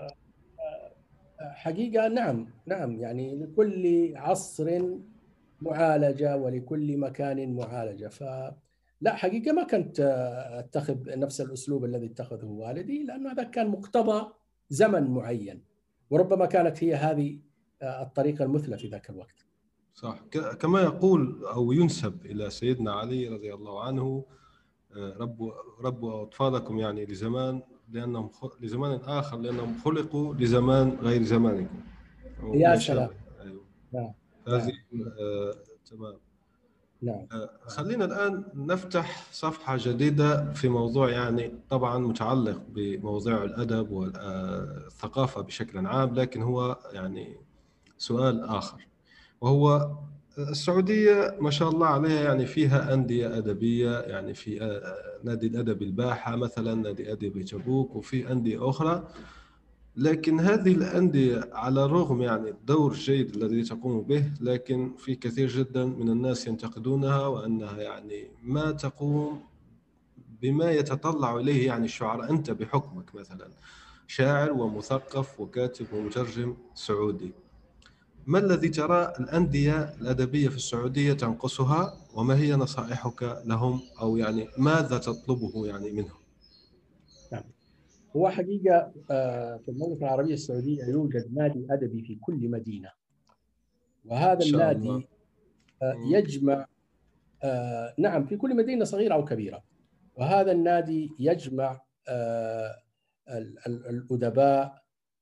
حقيقه نعم نعم يعني لكل عصر معالجه ولكل مكان معالجه. ف لا حقيقة ما كنت أتخذ نفس الأسلوب الذي اتخذه والدي، لأنه هذا كان مقتضى زمن معين، وربما كانت هي هذه الطريقة المثلى في ذاك الوقت. صح. كما يقول أو ينسب إلى سيدنا علي رضي الله عنه: ربوا ربوا أطفالكم يعني لزمان لأنهم لزمان آخر لأنهم خلقوا لزمان غير زمانكم. يا سلام. أيوه. نعم. هذه آه، تمام. نعم. خلينا الآن نفتح صفحة جديدة في موضوع يعني طبعا متعلق بموضوع الأدب والثقافة بشكل عام، لكن هو يعني سؤال آخر، وهو السعودية ما شاء الله عليها يعني فيها أندية أدبية، يعني في نادي الأدب الباحة مثلا، نادي أدب تبوك، وفي أندية أخرى. لكن هذه الأندية على الرغم يعني الدور الجيد الذي تقوم به، لكن في كثير جدا من الناس ينتقدونها وأنها يعني ما تقوم بما يتطلع إليه يعني الشعراء. أنت بحكمك مثلا شاعر ومثقف وكاتب ومترجم سعودي، ما الذي ترى الأندية الأدبية في السعودية تنقصها، وما هي نصائحك لهم، أو يعني ماذا تطلبه يعني منهم؟ نعم. هو حقيقة في المملكة العربية السعودية يوجد نادي أدبي في كل مدينة، وهذا النادي يجمع نعم في كل مدينة صغيرة أو كبيرة، وهذا النادي يجمع الأدباء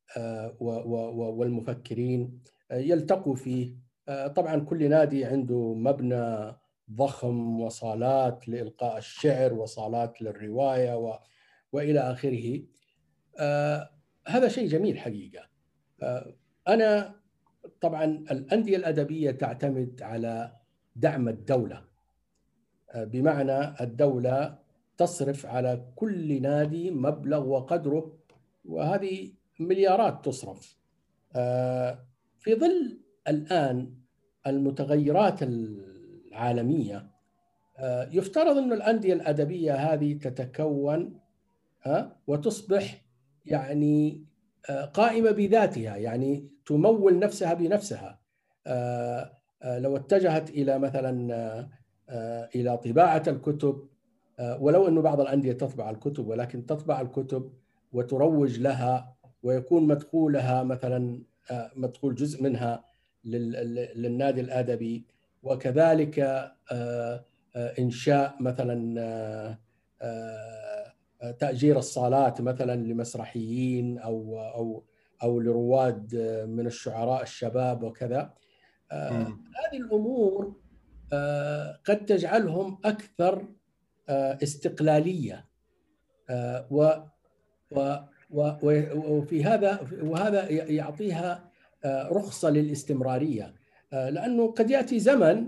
والمفكرين يلتقوا فيه. طبعا كل نادي عنده مبنى ضخم وصالات لإلقاء الشعر وصالات للرواية و... وإلى آخره. آه هذا شيء جميل حقيقة. آه أنا طبعا الأندية الأدبية تعتمد على دعم الدولة، آه بمعنى الدولة تصرف على كل نادي مبلغ وقدره، وهذه مليارات تصرف. آه في ظل الآن المتغيرات العالمية آه يفترض أن الأندية الأدبية هذه تتكون ها وتصبح يعني قائمة بذاتها، يعني تمول نفسها بنفسها. لو اتجهت إلى مثلا إلى طباعة الكتب، ولو أن بعض الأندية تطبع الكتب، ولكن تطبع الكتب وتروج لها ويكون مدخولها مثلا مدخول جزء منها للنادي الأدبي، وكذلك إنشاء مثلا تأجير الصالات مثلا لمسرحيين أو أو أو لرواد من الشعراء الشباب وكذا. آه هذه الأمور آه قد تجعلهم أكثر آه استقلالية، آه و و وفي هذا وهذا يعطيها آه رخصة للاستمرارية، آه لأنه قد يأتي زمن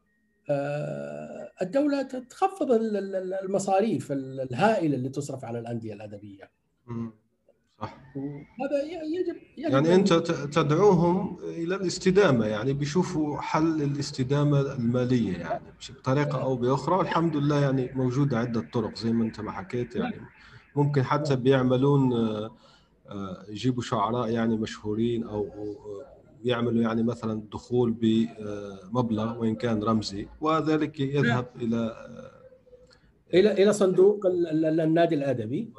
الدولة تخفض المصاريف الهائلة اللي تصرف على الأندية الأدبية. صح. هذا يجب, يجب يعني أنت تدعوهم إلى الاستدامة، يعني بيشوفوا حل الاستدامة المالية يعني بطريقة أو بأخرى، والحمد لله يعني موجودة عدة طرق زي ما أنت ما حكيت. يعني ممكن حتى بيعملون يجيبوا شعراء يعني مشهورين أو يعملوا يعني مثلا دخول بمبلغ وإن كان رمزي، وذلك يذهب إلى إلى إلى صندوق النادي الأدبي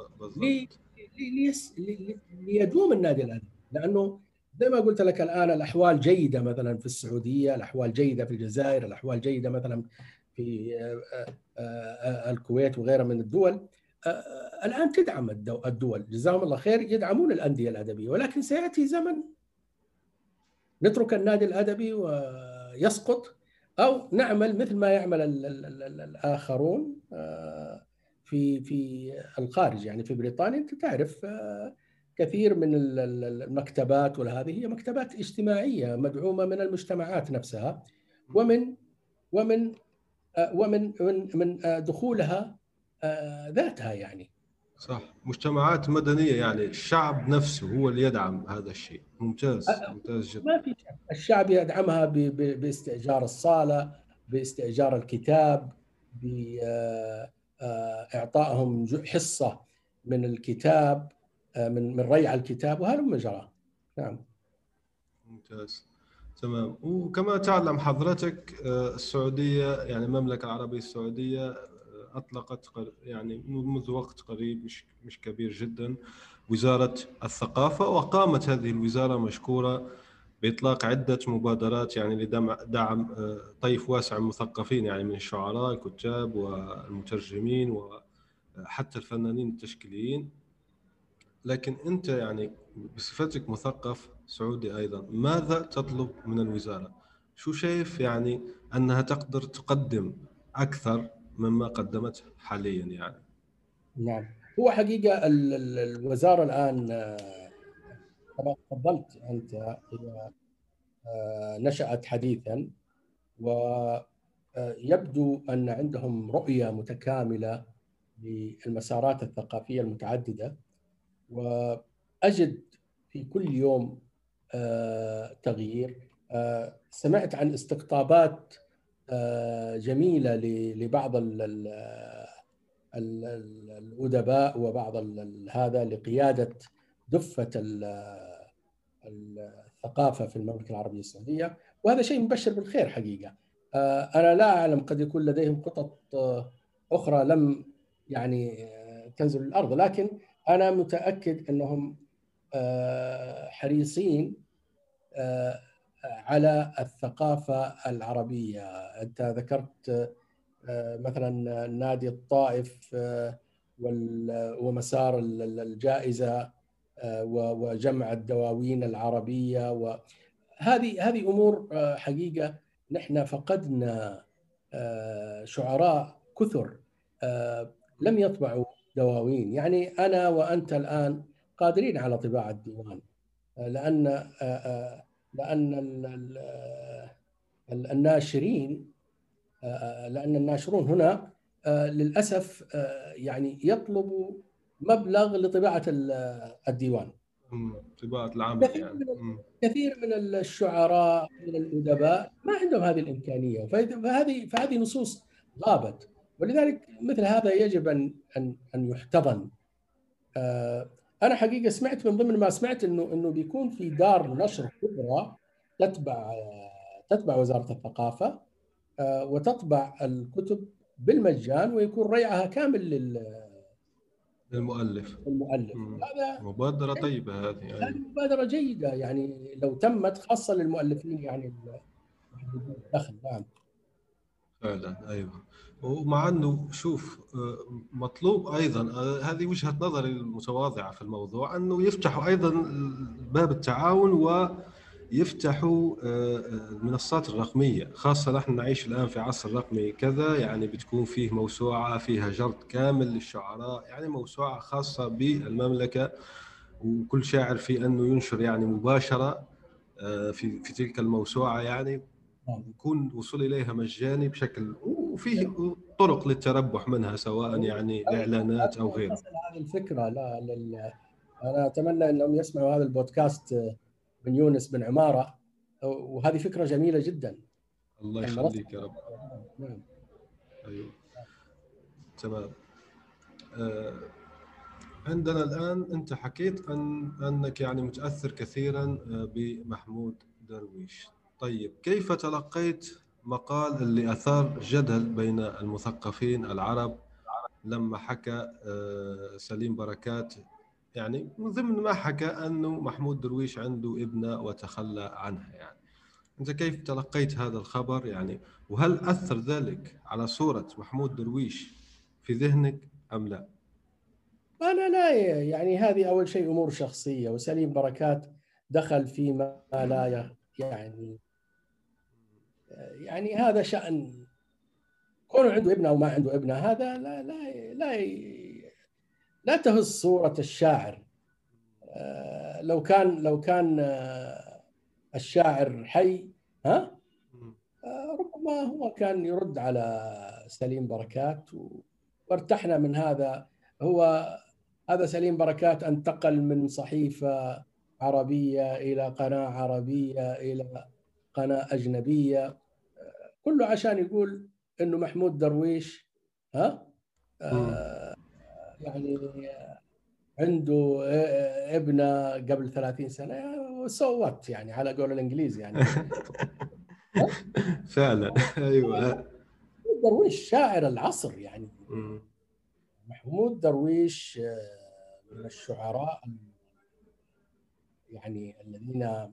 ليدوم النادي الأدبي. لأنه زي ما قلت لك الآن الأحوال جيدة مثلا في السعودية، الأحوال جيدة في الجزائر، الأحوال جيدة مثلا في الكويت وغيرها من الدول، الآن تدعم الدول، جزاهم الله خير، يدعمون الأندية الأدبية، ولكن سيأتي زمن نترك النادي الأدبي ويسقط، أو نعمل مثل ما يعمل الآخرون في في الخارج. يعني في بريطانيا أنت تعرف كثير من المكتبات، وهذه هي مكتبات اجتماعية مدعومة من المجتمعات نفسها، ومن ومن ومن من من دخولها ذاتها. يعني صح، مجتمعات مدنية، يعني الشعب نفسه هو اللي يدعم هذا الشيء. ممتاز ممتاز جدا. ما في شك الشعب يدعمها باستئجار الصالة، باستئجار الكتاب، بإعطائهم حصة من الكتاب، من من ريع الكتاب، وهلم جرى. نعم ممتاز تمام. وكما تعلم حضرتك السعودية، يعني المملكة العربية السعودية أطلقت يعني منذ وقت قريب مش مش كبير جدا وزارة الثقافة، وقامت هذه الوزارة مشكورة بإطلاق عدة مبادرات يعني لدعم دعم طيف واسع من المثقفين، يعني من الشعراء الكتاب والمترجمين وحتى الفنانين التشكيليين. لكن أنت يعني بصفتك مثقف سعودي أيضا، ماذا تطلب من الوزارة؟ شو شايف يعني أنها تقدر تقدم أكثر مما قدمت حاليا؟ يعني نعم، هو حقيقة الوزارة الآن كما تفضلت أنت هي نشأت حديثا، ويبدو أن عندهم رؤية متكاملة للمسارات الثقافية المتعددة، وأجد في كل يوم تغيير. سمعت عن استقطابات جميلة لبعض الأدباء وبعض هذا لقيادة دفة الثقافة في المملكة العربية السعودية، وهذا شيء مبشر بالخير حقيقة. أنا لا أعلم، قد يكون لديهم خطط أخرى لم يعني تنزل الأرض، لكن أنا متأكد أنهم حريصين على الثقافة العربية. أنت ذكرت مثلا نادي الطائف ومسار الجائزة وجمع الدواوين العربية، وهذه هذه أمور حقيقة. نحن فقدنا شعراء كثر لم يطبعوا دواوين. يعني أنا وأنت الآن قادرين على طباعة الديوان، لأن لأن الناشرين لأن الناشرون هنا للأسف يعني يطلبوا مبلغ لطباعة الديوان، طباعة العمل. كثير يعني من كثير من الشعراء من الأدباء ما عندهم هذه الإمكانية، فهذه فهذه نصوص غابت، ولذلك مثل هذا يجب أن أن أن يحتضن. أنا حقيقة سمعت من ضمن ما سمعت إنه إنه بيكون في دار نشر كبرى تتبع تتبع وزارة الثقافة وتطبع الكتب بالمجان، ويكون ريعها كامل لل للمؤلف. المؤلف. هذا مبادرة طيبة هذه. هذه يعني مبادرة جيدة يعني لو تمت، خاصة للمؤلفين يعني الدخل. نعم فعلا أيوة. ومع أنه شوف مطلوب أيضا، هذه وجهة نظري المتواضعة في الموضوع، أنه يفتحوا أيضا باب التعاون ويفتحوا المنصات الرقمية، خاصة نحن نعيش الآن في عصر رقمي كذا، يعني بتكون فيه موسوعة فيها جرد كامل للشعراء، يعني موسوعة خاصة بالمملكة، وكل شاعر في أنه ينشر يعني مباشرة في في تلك الموسوعة، يعني يكون وصول إليها مجاني بشكل، وفيه طرق للتربح منها سواء يعني الإعلانات أو غيره. هذه الفكرة لا لل... أنا أتمنى أنهم يسمعوا هذا البودكاست من يونس بن عمارة، وهذه فكرة جميلة جدا. الله يخليك يا رب. نعم أيوة تمام. آه عندنا الآن أنت حكيت أن أنك يعني متأثر كثيرا بمحمود درويش. طيب كيف تلقيت مقال اللي أثار جدل بين المثقفين العرب لما حكى سليم بركات، يعني من ضمن ما حكى أنه محمود درويش عنده ابنة وتخلى عنها؟ يعني أنت كيف تلقيت هذا الخبر يعني، وهل أثر ذلك على صورة محمود درويش في ذهنك أم لا؟ أنا لا يعني هذه أول شيء أمور شخصية، وسليم بركات دخل فيما لا يعني يعني هذا شأن كونه عنده ابنه أو ما عنده ابنه، هذا لا لا لا لا تهز صورة الشاعر. لو كان لو كان الشاعر حي ها ربما هو كان يرد على سليم بركات وارتحنا من هذا. هو هذا سليم بركات انتقل من صحيفة عربية إلى قناة عربية إلى قناة أجنبية، كله عشان يقول إنه محمود درويش ها آه يعني عنده ابنه قبل ثلاثين سنة وسوت يعني على قول الإنجليزي يعني. فعلا أيوة. درويش شاعر العصر يعني. محمود درويش من الشعراء يعني الذين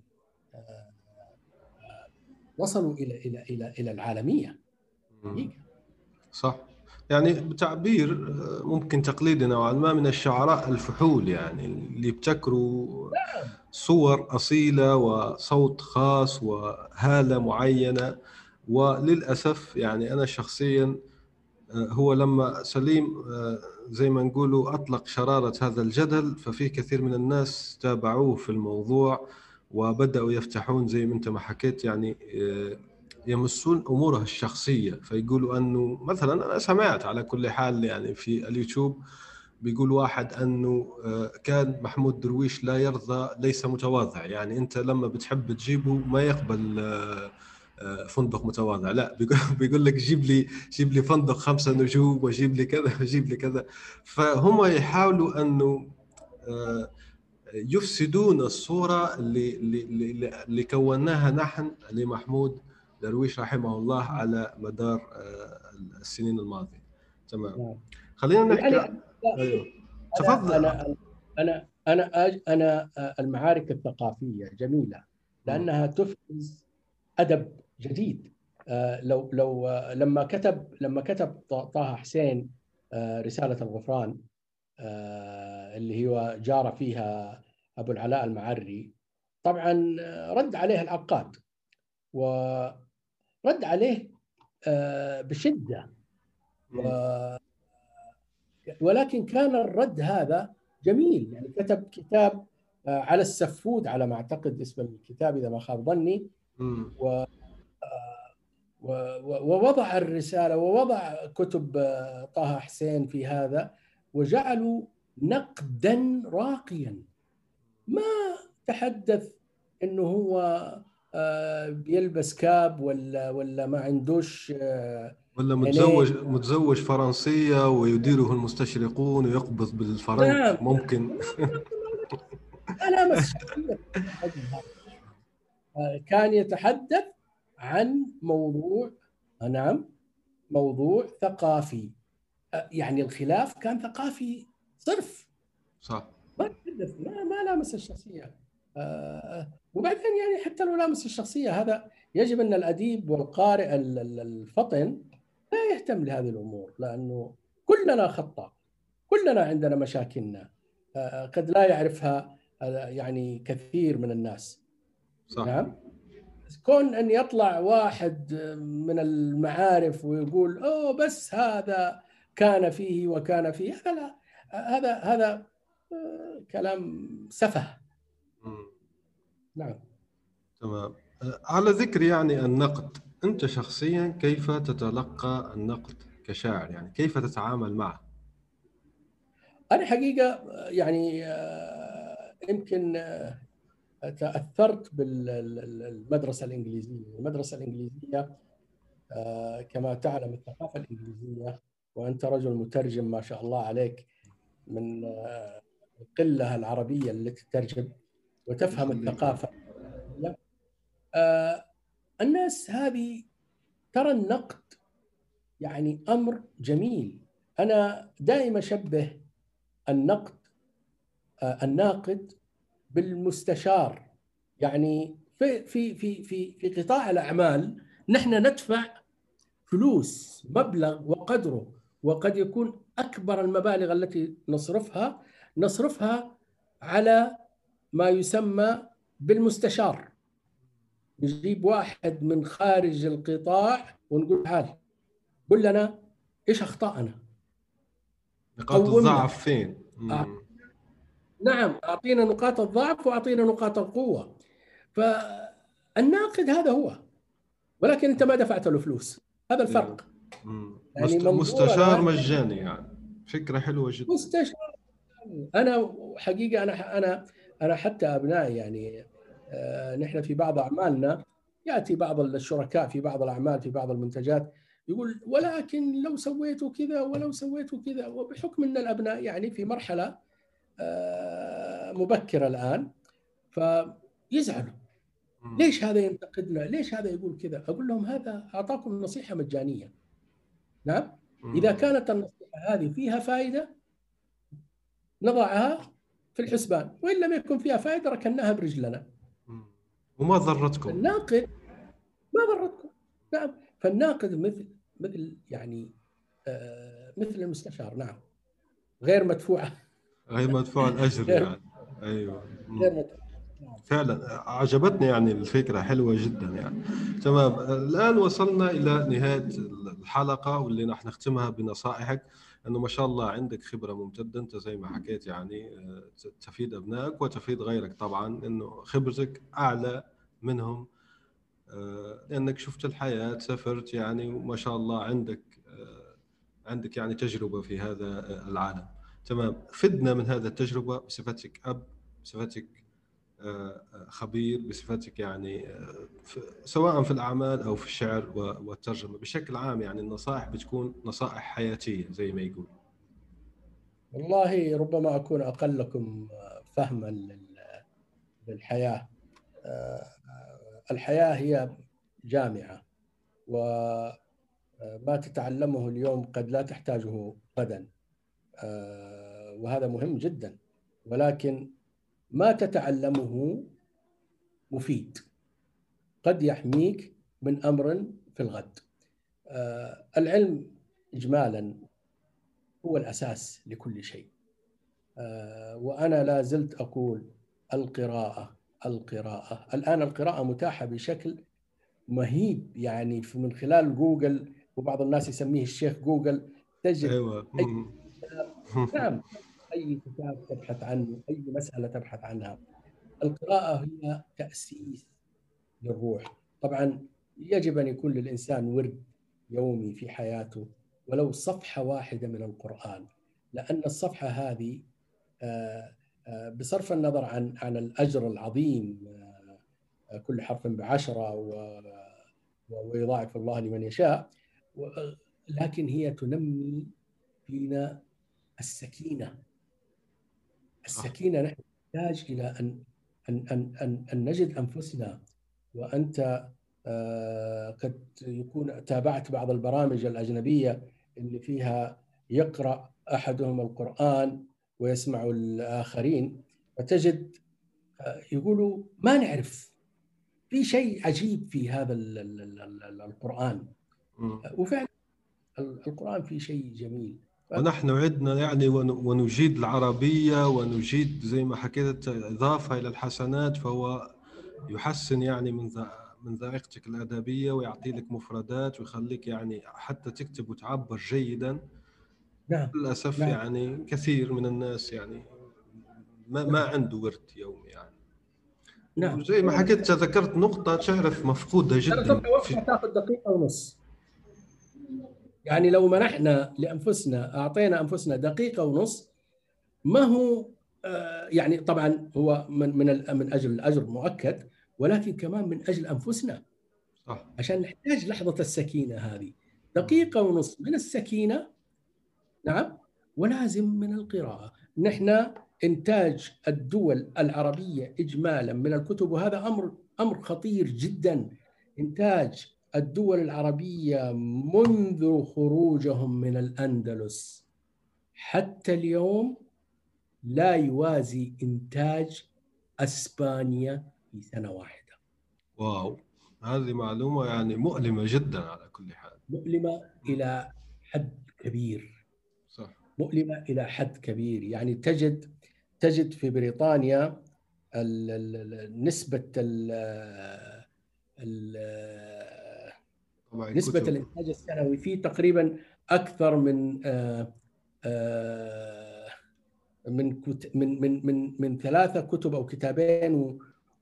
وصلوا إلى إلى إلى إلى العالمية. صح، يعني بتعبير ممكن تقليدي نوعا ما من الشعراء الفحول، يعني اللي يبتكروا صور أصيلة وصوت خاص وهالة معينة. وللأسف يعني أنا شخصيا هو لما سليم زي ما نقولوا أطلق شرارة هذا الجدل، ففي كثير من الناس تابعوه في الموضوع وبدأوا يفتحون زي ما أنت ما حكيت يعني يمسون أموره الشخصية، فيقولوا أنه مثلا أنا سمعت على كل حال يعني في اليوتيوب بيقول واحد أنه كان محمود درويش لا يرضى، ليس متواضع، يعني أنت لما بتحب تجيبه ما يقبل فندق متواضع، لا بيقول لك جيب لي جيب لي فندق خمسة نجوم وجيب لي كذا وجيب لي كذا. فهم يحاولوا أنه يفسدون الصورة اللي اللي اللي كوناها نحن لمحمود درويش رحمه الله على مدار السنين الماضية. تمام، خلينا نحكي يعني أيوه. تفضل. أنا أنا أنا أنا المعارك الثقافية جميلة لأنها تفرز أدب جديد. لو لو لما كتب لما كتب طه حسين رسالة الغفران اللي هو جار فيها أبو العلاء المعري، طبعا رد عليه العقاد ورد عليه بشدة، ولكن كان الرد هذا جميل. يعني كتب كتاب على السفود على ما أعتقد اسم الكتاب إذا ما خاب ظني، و ووضع الرسالة ووضع كتب طه حسين في هذا وجعلوا نقدا راقيا. ما تحدث إنه هو بيلبس كاب ولا ولا ما عندوش ولا متزوج متزوج فرنسية ويديره المستشرقون ويقبض بالفرنك. نعم. ممكن أنا مس كان يتحدث عن موضوع نعم موضوع ثقافي، يعني الخلاف كان ثقافي صرف. صح، ما تحدث ما ما لامس الشخصية. وبعدين يعني حتى لو لامس الشخصية هذا يجب أن الأديب والقارئ الفطن لا يهتم لهذه الأمور، لأنه كلنا خطأ، كلنا عندنا مشاكلنا قد لا يعرفها يعني كثير من الناس. صح. نعم. كون أن يطلع واحد من المعارف ويقول أوه بس هذا كان فيه وكان فيه، هذا لا، هذا هذا كلام سفه. نعم. تمام. على ذكر يعني النقد، أنت شخصيا كيف تتلقى النقد كشاعر؟ يعني كيف تتعامل معه؟ أنا حقيقة يعني يمكن تأثرت بالمدرسة الإنجليزية. المدرسة الإنجليزية كما تعلم الثقافة الإنجليزية، وأنت رجل مترجم ما شاء الله عليك، من القلة العربية التي تترجم وتفهم الثقافة. الناس هذه ترى النقد يعني أمر جميل. أنا دائما أشبه النقد الناقد بالمستشار. يعني في في في في في قطاع الأعمال نحن ندفع فلوس مبلغ وقدره، وقد يكون أكبر المبالغ التي نصرفها نصرفها على ما يسمى بالمستشار. نجيب واحد من خارج القطاع ونقول تعال قل لنا إيش أخطأنا، نقاط الضعف فين. آه. نعم، أعطينا نقاط الضعف وأعطينا نقاط القوة. فالناقد هذا هو، ولكن أنت ما دفعت له فلوس، هذا الفرق. يعني مستشار مجاني، يعني فكرة حلوة جدا. مستشار. أنا حقيقة أنا أنا أنا حتى أبنائي يعني آه نحن في بعض أعمالنا يأتي بعض الشركاء في بعض الأعمال في بعض المنتجات يقول ولكن لو سويتوا كذا ولو سويتوا كذا، وبحكم أن الأبناء يعني في مرحلة آه مبكرة الآن فيزعلوا. ليش هذا ينتقدنا؟ ليش هذا يقول كذا؟ أقول لهم هذا أعطاكم نصيحة مجانية. نعم، إذا كانت النصيحة هذه فيها فائدة نضعها في الحسبان، وإن لم يكن فيها فائدة ركناها برجلنا. وما ضرتكم. الناقد ما ضرتكم. نعم، فالناقد مثل مثل يعني آه مثل المستشار. نعم، غير مدفوعة. غير مدفوع الأجر يعني. أيوة. غير مدفوع. فعلا عجبتني يعني الفكرة حلوة جدا يعني. تمام، الآن وصلنا إلى نهاية الحلقة واللي راح نختمها بنصائحك، أنه ما شاء الله عندك خبرة ممتدة أنت زي ما حكيت، يعني تفيد أبنائك وتفيد غيرك طبعا، أنه خبرتك أعلى منهم لأنك شفت الحياة، سافرت يعني، وما شاء الله عندك عندك يعني تجربة في هذا العالم. تمام، فدنا من هذا التجربة بصفتك أب، بصفتك خبير، بصفتك يعني سواء في الأعمال أو في الشعر والترجمة بشكل عام. يعني النصائح بتكون نصائح حياتية زي ما يقول. والله ربما أكون أقلكم فهما للحياة. الحياة هي جامعة، وما تتعلمه اليوم قد لا تحتاجه غدا، وهذا مهم جدا. ولكن ما تتعلمه مفيد، قد يحميك من أمر في الغد. العلم إجمالا هو الأساس لكل شيء. وأنا لا زلت أقول القراءة القراءة الآن القراءة متاحة بشكل مهيب، يعني من خلال جوجل، وبعض الناس يسميه الشيخ جوجل، تجد أيوة. أي نعم أي كتاب تبحث عنه، أي مسألة تبحث عنها. القراءة هي تأسيس للروح. طبعا يجب أن يكون للإنسان ورد يومي في حياته ولو صفحة واحدة من القرآن، لأن الصفحة هذه بصرف النظر عن عن الأجر العظيم، كل حرف بعشرة ويضاعف الله لمن يشاء، لكن هي تنمي فينا السكينة. السكينة نحن نحتاج إلى أن أن أن أن, أن نجد أنفسنا. وأنت قد يكون تابعت بعض البرامج الأجنبية اللي فيها يقرأ أحدهم القرآن ويسمع الآخرين، فتجد يقولوا ما نعرف، في شيء عجيب في هذا القرآن. وفعلا القرآن فيه شيء جميل. ونحن عدنا يعني ونجيد العربية ونجيد زي ما حكيت إضافة إلى الحسنات، فهو يحسن يعني من من ذائقتك الأدبية ويعطي لك مفردات ويخليك يعني حتى تكتب وتعبر جيدا. نعم. للأسف نعم. يعني كثير من الناس يعني ما, ما عنده ورد يومي يعني. نعم. زي ما حكيت ذكرت نقطة تعرف مفقودة جدا. في... تأخذ دقيقة ونص. يعني لو منحنا لأنفسنا، أعطينا أنفسنا دقيقة ونص، ما هو آه يعني طبعا هو من من من أجل الأجر مؤكد، ولكن كمان من أجل أنفسنا. صح. عشان نحتاج لحظة السكينة هذه، دقيقة ونص من السكينة. نعم. ولازم من القراءة. نحن إنتاج الدول العربية إجمالا من الكتب، وهذا أمر أمر خطير جدا. إنتاج الدول العربية منذ خروجهم من الأندلس حتى اليوم لا يوازي إنتاج أسبانيا في سنة واحدة. واو، هذه معلومة يعني مؤلمة جدا على كل حال. مؤلمة إلى حد كبير. صح. مؤلمة إلى حد كبير. يعني تجد تجد في بريطانيا نسبة نسبة الإنتاج السنوي فيه تقريبا أكثر من من من من من من ثلاثة كتب أو كتابين،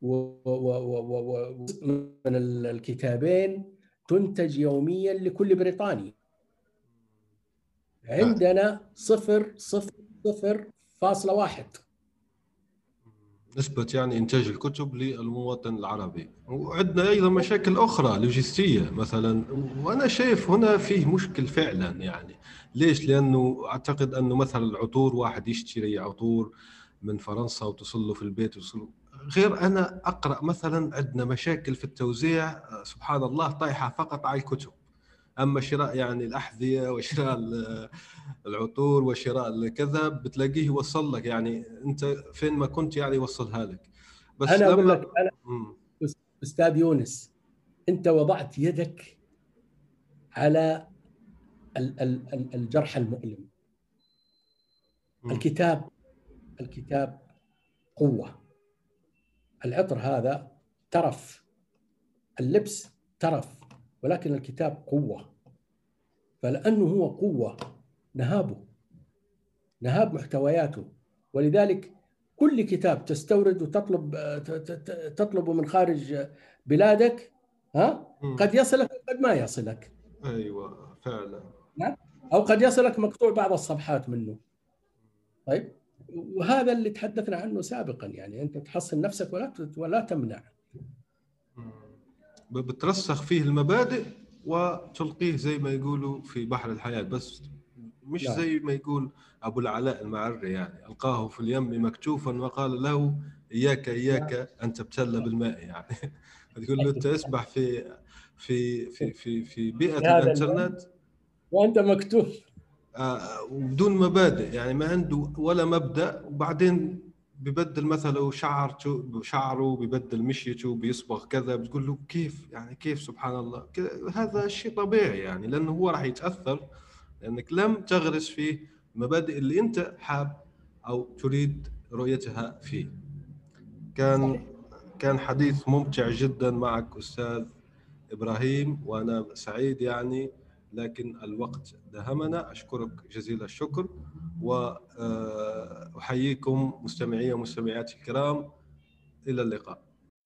ومن الكتابين تنتج يوميا لكل بريطاني. عندنا صفر صفر صفر فاصلة واحد نسبة يعني إنتاج الكتب للمواطن العربي. وعندنا أيضا مشاكل أخرى لوجستية مثلا، وأنا شايف هنا فيه مشكل فعلا. يعني ليش؟ لأنه أعتقد أنه مثلا العطور، واحد يشتري عطور من فرنسا وتصل له في البيت وتصل، غير أنا أقرأ مثلا عندنا مشاكل في التوزيع سبحان الله طايحة فقط على الكتب. أما شراء يعني الأحذية وشراء العطور وشراء كذا بتلاقيه يوصل لك، يعني أنت فين ما كنت يعني يوصلها لك. بس أنا أقول لك أنا مم. أستاذ يونس، أنت وضعت يدك على الجرح المؤلم. مم. الكتاب الكتاب قوة. العطر هذا ترف، اللبس ترف، ولكن الكتاب قوة. فلأنه هو قوة نهابه نهاب محتوياته، ولذلك كل كتاب تستورد وتطلب تطلبه من خارج بلادك ها قد يصلك وقد ما يصلك. أيوة فعلا. أو قد يصلك مقطوع بعض الصفحات منه. طيب، وهذا اللي تحدثنا عنه سابقا. يعني أنت تحصن نفسك ولا ولا تمنع، بترسخ فيه المبادئ وتلقيه زي ما يقولوا في بحر الحياة. بس مش لا. زي ما يقول أبو العلاء المعري، يعني ألقاه في اليم مكتوفا وقال له إياك إياك لا. أن تبتل بالماء. يعني تقول له أنت أسبح في في في في في بيئة الإنترنت وأنت مكتوف آه وبدون مبادئ، يعني ما عنده ولا مبدأ. وبعدين بيبدل مثلا شعرته شعره، بيبدل مشيته، بيصبغ كذا، بتقول له كيف يعني كيف سبحان الله كذا. هذا شيء طبيعي يعني، لأنه هو راح يتأثر لأنك لم تغرس فيه المبادئ اللي أنت حاب أو تريد رؤيتها فيه. كان كان حديث ممتع جدا معك أستاذ إبراهيم، وأنا سعيد يعني، لكن الوقت دهمنا. أشكرك جزيل الشكر، وأحييكم مستمعي ومستمعاتي الكرام. إلى اللقاء.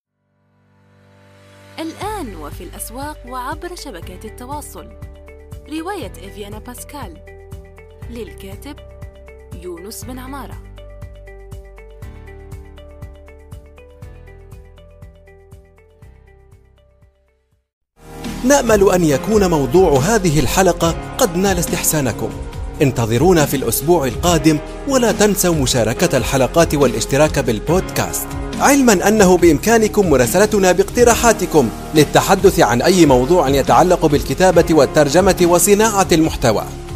الآن وفي الأسواق وعبر شبكات التواصل، رواية إفيانا باسكال للكاتب يونس بن عمارة. نأمل أن يكون موضوع هذه الحلقة قد نال استحسانكم. انتظرونا في الأسبوع القادم، ولا تنسوا مشاركة الحلقات والاشتراك بالبودكاست، علما أنه بإمكانكم مراسلتنا باقتراحاتكم للتحدث عن أي موضوع يتعلق بالكتابة والترجمة وصناعة المحتوى.